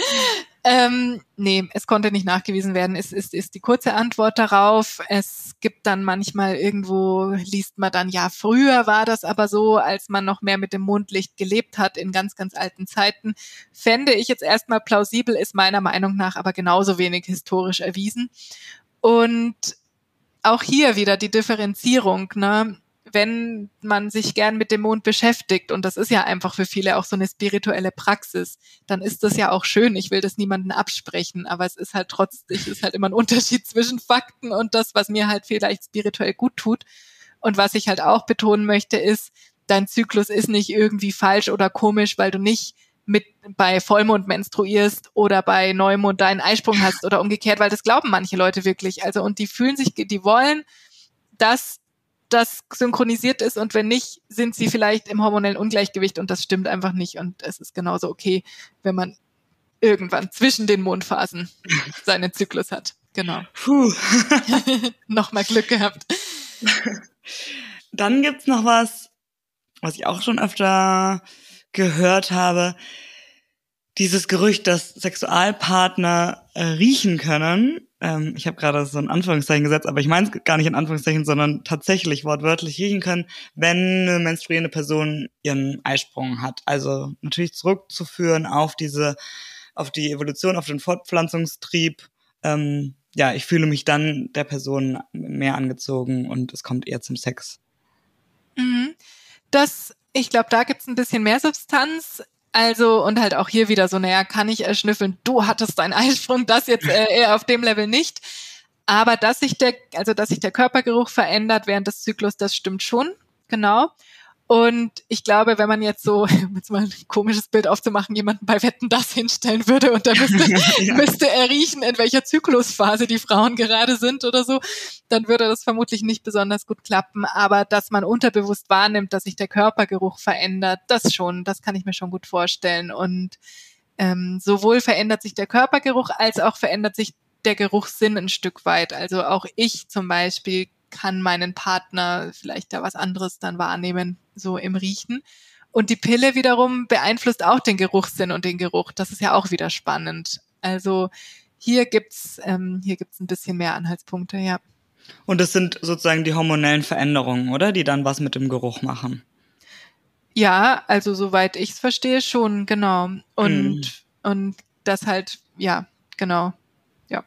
Nee, es konnte nicht nachgewiesen werden. Es ist die kurze Antwort darauf. Es gibt dann manchmal irgendwo, liest man dann, ja, früher war das aber so, als man noch mehr mit dem Mondlicht gelebt hat, in ganz, ganz alten Zeiten. Fände ich jetzt erstmal plausibel, ist meiner Meinung nach aber genauso wenig historisch erwiesen. Und auch hier wieder die Differenzierung, ne? Wenn man sich gern mit dem Mond beschäftigt, und das ist ja einfach für viele auch so eine spirituelle Praxis, dann ist das ja auch schön. Ich will das niemandem absprechen, aber es ist halt immer ein Unterschied zwischen Fakten und das, was mir halt vielleicht spirituell gut tut. Und was ich halt auch betonen möchte, ist, dein Zyklus ist nicht irgendwie falsch oder komisch, weil du nicht bei Vollmond menstruierst oder bei Neumond deinen Eisprung hast oder umgekehrt, weil das glauben manche Leute wirklich. Also, und die wollen, dass das synchronisiert ist und wenn nicht, sind sie vielleicht im hormonellen Ungleichgewicht und das stimmt einfach nicht und es ist genauso okay, wenn man irgendwann zwischen den Mondphasen seinen Zyklus hat. Genau. Nochmal Glück gehabt. Dann gibt's noch was ich auch schon öfter gehört habe, dieses Gerücht, dass Sexualpartner riechen können. Ich habe gerade so ein Anführungszeichen gesetzt, aber ich meine es gar nicht in Anführungszeichen, sondern tatsächlich wortwörtlich riechen können, wenn eine menstruierende Person ihren Eisprung hat. Also natürlich zurückzuführen auf die Evolution, auf den Fortpflanzungstrieb. Ich fühle mich dann der Person mehr angezogen und es kommt eher zum Sex. Ich glaube, da gibt's ein bisschen mehr Substanz. Also, und halt auch hier wieder so, kann ich erschnüffeln, du hattest deinen Eisprung, das jetzt eher auf dem Level nicht. Aber dass sich der Körpergeruch verändert während des Zyklus, das stimmt schon, genau. Und ich glaube, wenn man jetzt so, um jetzt mal ein komisches Bild aufzumachen, jemanden bei Wetten, das hinstellen würde und da müsste er riechen, in welcher Zyklusphase die Frauen gerade sind oder so, dann würde das vermutlich nicht besonders gut klappen. Aber dass man unterbewusst wahrnimmt, dass sich der Körpergeruch verändert, das kann ich mir schon gut vorstellen. Und sowohl verändert sich der Körpergeruch, als auch verändert sich der Geruchssinn ein Stück weit. Also auch ich zum Beispiel kann meinen Partner vielleicht da was anderes dann wahrnehmen, so im Riechen. Und die Pille wiederum beeinflusst auch den Geruchssinn und den Geruch. Das ist ja auch wieder spannend. Also hier gibt's ein bisschen mehr Anhaltspunkte, ja. Und das sind sozusagen die hormonellen Veränderungen, oder? Die dann was mit dem Geruch machen. Ja, also soweit ich es verstehe, schon, genau. Und das halt, ja, genau, ja.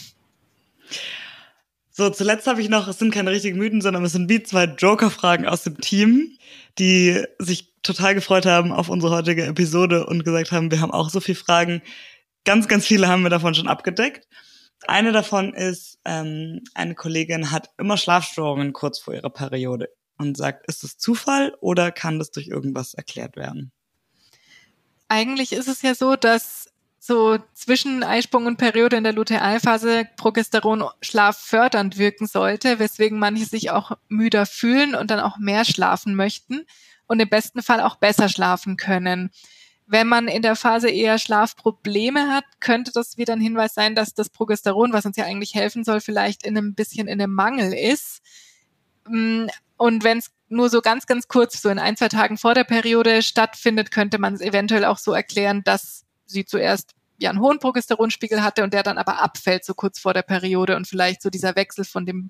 So, zuletzt habe ich noch, es sind keine richtigen Mythen, sondern es sind wie 2 Joker-Fragen aus dem Team, die sich total gefreut haben auf unsere heutige Episode und gesagt haben, wir haben auch so viele Fragen. Ganz, ganz viele haben wir davon schon abgedeckt. Eine davon ist, eine Kollegin hat immer Schlafstörungen kurz vor ihrer Periode und sagt, ist das Zufall oder kann das durch irgendwas erklärt werden? Eigentlich ist es ja so, dass so zwischen Eisprung und Periode in der Lutealphase Progesteron schlaffördernd wirken sollte, weswegen manche sich auch müder fühlen und dann auch mehr schlafen möchten und im besten Fall auch besser schlafen können. Wenn man in der Phase eher Schlafprobleme hat, könnte das wieder ein Hinweis sein, dass das Progesteron, was uns ja eigentlich helfen soll, vielleicht ein bisschen in einem Mangel ist. Und wenn es nur so ganz, ganz kurz, so in 1-2 Tagen vor der Periode stattfindet, könnte man es eventuell auch so erklären, dass sie zuerst ja einen hohen Progesteronspiegel hatte und der dann aber abfällt, so kurz vor der Periode und vielleicht so dieser Wechsel von dem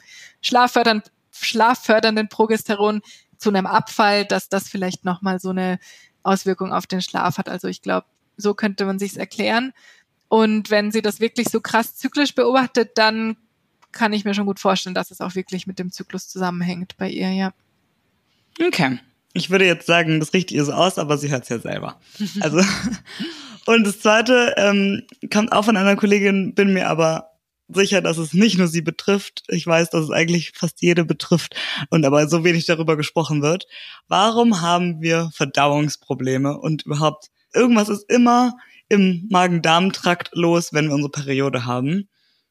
schlaffördernden Progesteron zu einem Abfall, dass das vielleicht nochmal so eine Auswirkung auf den Schlaf hat. Also ich glaube, so könnte man sich's erklären. Und wenn sie das wirklich so krass zyklisch beobachtet, dann kann ich mir schon gut vorstellen, dass es auch wirklich mit dem Zyklus zusammenhängt bei ihr, ja. Okay. Ich würde jetzt sagen, das riecht ihr so aus, aber sie hört es ja selber. Also, und das Zweite kommt auch von einer Kollegin, bin mir aber sicher, dass es nicht nur sie betrifft. Ich weiß, dass es eigentlich fast jede betrifft und aber so wenig darüber gesprochen wird. Warum haben wir Verdauungsprobleme und überhaupt irgendwas ist immer im Magen-Darm-Trakt los, wenn wir unsere Periode haben?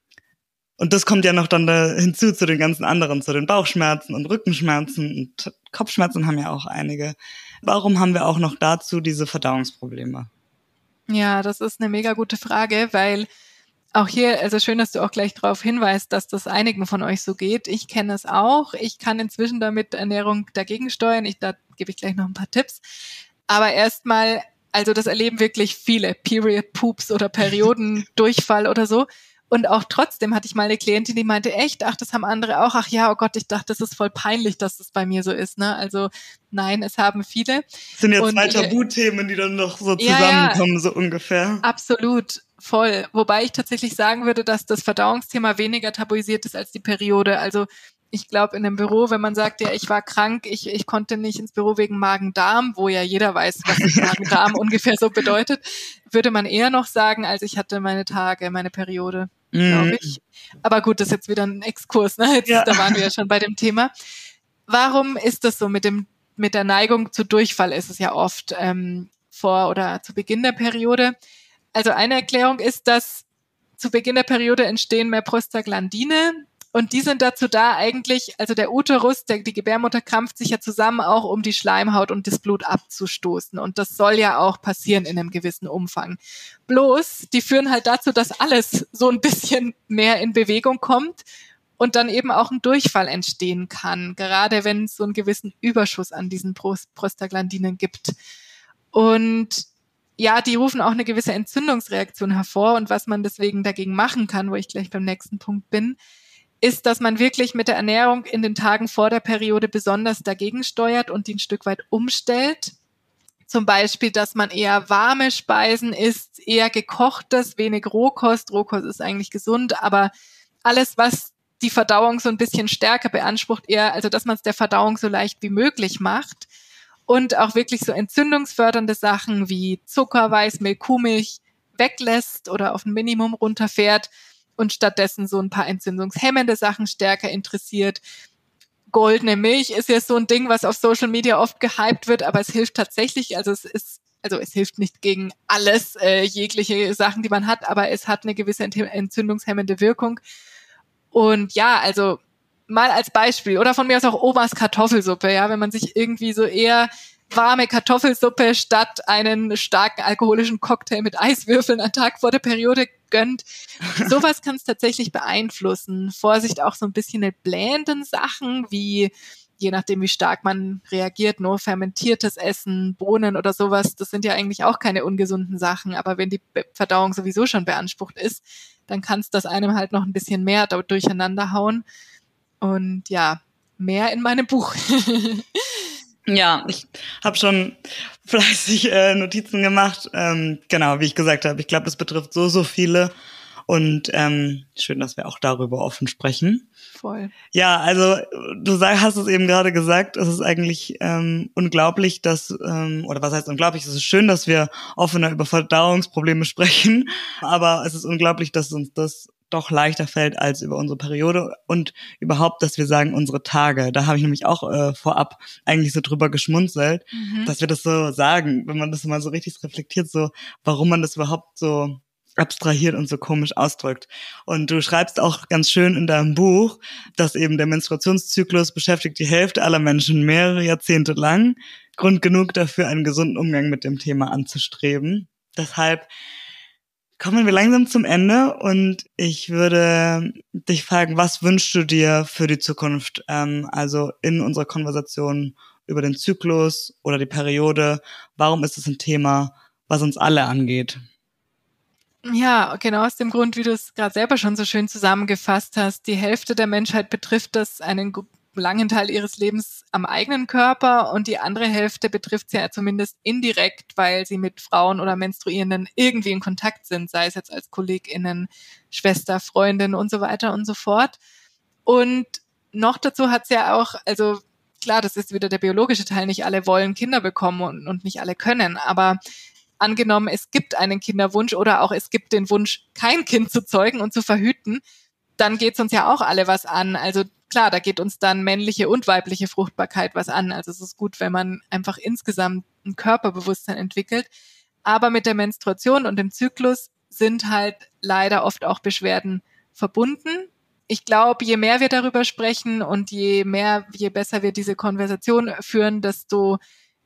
Und das kommt ja noch dann hinzu zu den ganzen anderen, zu den Bauchschmerzen und Rückenschmerzen und Kopfschmerzen haben ja auch einige. Warum haben wir auch noch dazu diese Verdauungsprobleme? Ja, das ist eine mega gute Frage, weil auch hier, also schön, dass du auch gleich darauf hinweist, dass das einigen von euch so geht. Ich kenne es auch. Ich kann inzwischen damit Ernährung dagegen steuern. Da gebe ich gleich noch ein paar Tipps. Aber erstmal, also das erleben wirklich viele. Period Poops oder Periodendurchfall oder so. Und auch trotzdem hatte ich mal eine Klientin, die meinte, echt, ach, das haben andere auch. Ach ja, oh Gott, ich dachte, das ist voll peinlich, dass das bei mir so ist. Ne? Also nein, es haben viele. Das sind ja zwei Tabuthemen, die dann noch so zusammenkommen, ja, so ungefähr. Absolut, voll. Wobei ich tatsächlich sagen würde, dass das Verdauungsthema weniger tabuisiert ist als die Periode. Also ich glaube, in einem Büro, wenn man sagt, ja, ich war krank, ich konnte nicht ins Büro wegen Magen-Darm, wo ja jeder weiß, was Magen-Darm ungefähr so bedeutet, würde man eher noch sagen, als ich hatte meine Tage, meine Periode, glaube ich. Aber gut, das ist jetzt wieder ein Exkurs, ne? Jetzt, ja. Da waren wir ja schon bei dem Thema. Warum ist das so mit der Neigung zu Durchfall ist es ja oft vor oder zu Beginn der Periode? Also eine Erklärung ist, dass zu Beginn der Periode entstehen mehr Prostaglandine und die sind dazu da eigentlich, also der Uterus, die Gebärmutter krampft sich ja zusammen auch, um die Schleimhaut und das Blut abzustoßen und das soll ja auch passieren in einem gewissen Umfang. Bloß, die führen halt dazu, dass alles so ein bisschen mehr in Bewegung kommt und dann eben auch ein Durchfall entstehen kann, gerade wenn es so einen gewissen Überschuss an diesen Prostaglandinen gibt. Und ja, die rufen auch eine gewisse Entzündungsreaktion hervor und was man deswegen dagegen machen kann, wo ich gleich beim nächsten Punkt bin, ist, dass man wirklich mit der Ernährung in den Tagen vor der Periode besonders dagegen steuert und die ein Stück weit umstellt. Zum Beispiel, dass man eher warme Speisen isst, eher gekochtes, wenig Rohkost. Rohkost ist eigentlich gesund, aber alles, was die Verdauung so ein bisschen stärker beansprucht, eher, also dass man es der Verdauung so leicht wie möglich macht. Und auch wirklich so entzündungsfördernde Sachen wie Zucker, Weißmehl, Kuhmilch weglässt oder auf ein Minimum runterfährt und stattdessen so ein paar entzündungshemmende Sachen stärker interessiert. Goldene Milch ist ja so ein Ding, was auf Social Media oft gehypt wird, aber es hilft tatsächlich, es hilft nicht gegen alles, jegliche Sachen, die man hat, aber es hat eine gewisse entzündungshemmende Wirkung. Und ja, also mal als Beispiel, oder von mir aus auch Omas Kartoffelsuppe, ja, wenn man sich irgendwie so eher warme Kartoffelsuppe statt einen starken alkoholischen Cocktail mit Eiswürfeln einen Tag vor der Periode gönnt. Sowas kann es tatsächlich beeinflussen. Vorsicht auch so ein bisschen mit blähenden Sachen, wie je nachdem, wie stark man reagiert, nur fermentiertes Essen, Bohnen oder sowas, das sind ja eigentlich auch keine ungesunden Sachen, aber wenn die Verdauung sowieso schon beansprucht ist, dann kann es das einem halt noch ein bisschen mehr durcheinander hauen. Und ja, mehr in meinem Buch. Ja, ich habe schon fleißig Notizen gemacht. Genau, wie ich gesagt habe, ich glaube, das betrifft so viele. Und schön, dass wir auch darüber offen sprechen. Voll. Ja, also du hast es eben gerade gesagt, es ist eigentlich unglaublich, dass, oder was heißt unglaublich, es ist schön, dass wir offener über Verdauungsprobleme sprechen, aber es ist unglaublich, dass uns das doch leichter fällt als über unsere Periode und überhaupt, dass wir sagen, unsere Tage. Da habe ich nämlich auch vorab eigentlich so drüber geschmunzelt, dass wir das so sagen, wenn man das mal so richtig reflektiert, so warum man das überhaupt so abstrahiert und so komisch ausdrückt. Und du schreibst auch ganz schön in deinem Buch, dass eben der Menstruationszyklus beschäftigt die Hälfte aller Menschen mehrere Jahrzehnte lang. Grund genug dafür, einen gesunden Umgang mit dem Thema anzustreben. Deshalb kommen wir langsam zum Ende und ich würde dich fragen, was wünschst du dir für die Zukunft? Also in unserer Konversation über den Zyklus oder die Periode. Warum ist es ein Thema, was uns alle angeht? Ja, genau aus dem Grund, wie du es gerade selber schon so schön zusammengefasst hast. Die Hälfte der Menschheit betrifft das einen langen Teil ihres Lebens am eigenen Körper und die andere Hälfte betrifft sie ja zumindest indirekt, weil sie mit Frauen oder Menstruierenden irgendwie in Kontakt sind, sei es jetzt als KollegInnen, Schwester, Freundin und so weiter und so fort. Und noch dazu hat es ja auch, also klar, das ist wieder der biologische Teil, nicht alle wollen Kinder bekommen und nicht alle können, aber angenommen, es gibt einen Kinderwunsch oder auch es gibt den Wunsch, kein Kind zu zeugen und zu verhüten, dann geht es uns ja auch alle was an. Also klar, da geht uns dann männliche und weibliche Fruchtbarkeit was an. Also es ist gut, wenn man einfach insgesamt ein Körperbewusstsein entwickelt. Aber mit der Menstruation und dem Zyklus sind halt leider oft auch Beschwerden verbunden. Ich glaube, je mehr wir darüber sprechen und je besser wir diese Konversation führen, desto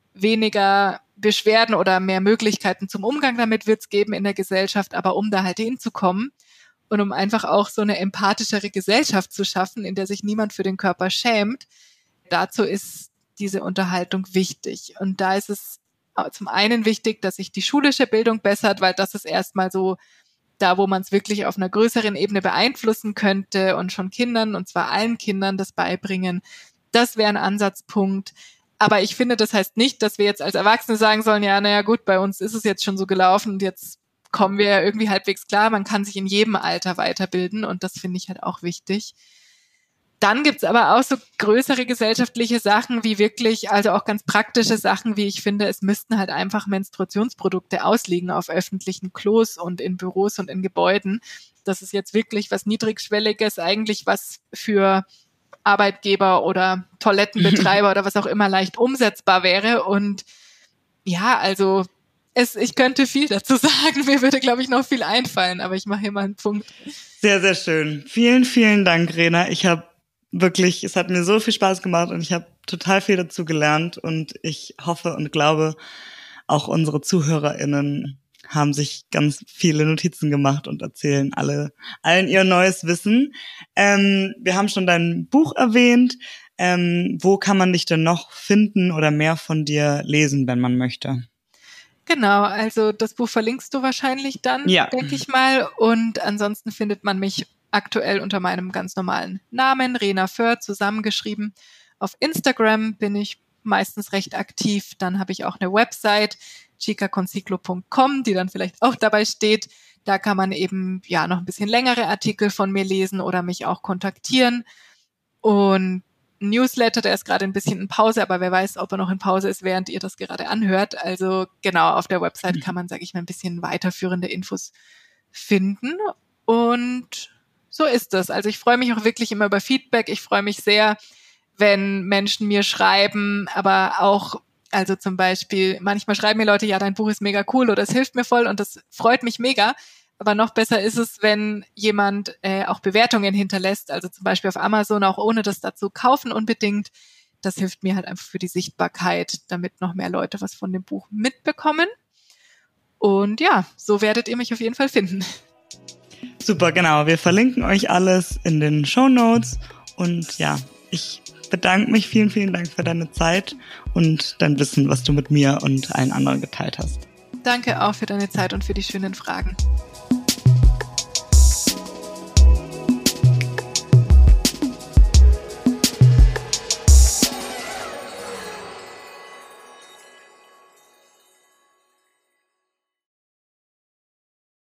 weniger Beschwerden oder mehr Möglichkeiten zum Umgang damit wird es geben in der Gesellschaft, aber um da halt hinzukommen und um einfach auch so eine empathischere Gesellschaft zu schaffen, in der sich niemand für den Körper schämt, dazu ist diese Unterhaltung wichtig. Und da ist es zum einen wichtig, dass sich die schulische Bildung bessert, weil das ist erstmal so da, wo man es wirklich auf einer größeren Ebene beeinflussen könnte und schon Kindern, und zwar allen Kindern, das beibringen. Das wäre ein Ansatzpunkt. Aber ich finde, das heißt nicht, dass wir jetzt als Erwachsene sagen sollen, ja, naja gut, bei uns ist es jetzt schon so gelaufen und jetzt kommen wir ja irgendwie halbwegs klar. Man kann sich in jedem Alter weiterbilden und das finde ich halt auch wichtig. Dann gibt's aber auch so größere gesellschaftliche Sachen wie wirklich, also auch ganz praktische Sachen, wie ich finde, es müssten halt einfach Menstruationsprodukte ausliegen auf öffentlichen Klos und in Büros und in Gebäuden. Das ist jetzt wirklich was Niedrigschwelliges, eigentlich was für Arbeitgeber oder Toilettenbetreiber oder was auch immer leicht umsetzbar wäre. Und ja, also ich könnte viel dazu sagen. Mir würde, glaube ich, noch viel einfallen, aber ich mache hier mal einen Punkt. Sehr, sehr schön. Vielen, vielen Dank, Rena. Es hat mir so viel Spaß gemacht und ich habe total viel dazu gelernt und ich hoffe und glaube, auch unsere ZuhörerInnen haben sich ganz viele Notizen gemacht und erzählen allen ihr neues Wissen. Wir haben schon dein Buch erwähnt. Wo kann man dich denn noch finden oder mehr von dir lesen, wenn man möchte? Genau, also das Buch verlinkst du wahrscheinlich dann, ja, denke ich mal. Und ansonsten findet man mich aktuell unter meinem ganz normalen Namen, Rena Föhr, zusammengeschrieben. Auf Instagram bin ich meistens recht aktiv. Dann habe ich auch eine Website, chicaconciclo.com, die dann vielleicht auch dabei steht. Da kann man eben ja noch ein bisschen längere Artikel von mir lesen oder mich auch kontaktieren. Und Newsletter, der ist gerade ein bisschen in Pause, aber wer weiß, ob er noch in Pause ist, während ihr das gerade anhört. Also genau, auf der Website kann man, sage ich mal, ein bisschen weiterführende Infos finden. Und so ist das. Also ich freue mich auch wirklich immer über Feedback. Ich freue mich sehr, wenn Menschen mir schreiben, aber auch, also zum Beispiel, manchmal schreiben mir Leute, ja, dein Buch ist mega cool oder es hilft mir voll und das freut mich mega. Aber noch besser ist es, wenn jemand auch Bewertungen hinterlässt, also zum Beispiel auf Amazon, auch ohne das dazu kaufen unbedingt. Das hilft mir halt einfach für die Sichtbarkeit, damit noch mehr Leute was von dem Buch mitbekommen. Und ja, so werdet ihr mich auf jeden Fall finden. Super, genau. Wir verlinken euch alles in den Shownotes. Und ja, ich bedanke mich. Vielen, vielen Dank für deine Zeit und dein Wissen, was du mit mir und allen anderen geteilt hast. Danke auch für deine Zeit und für die schönen Fragen.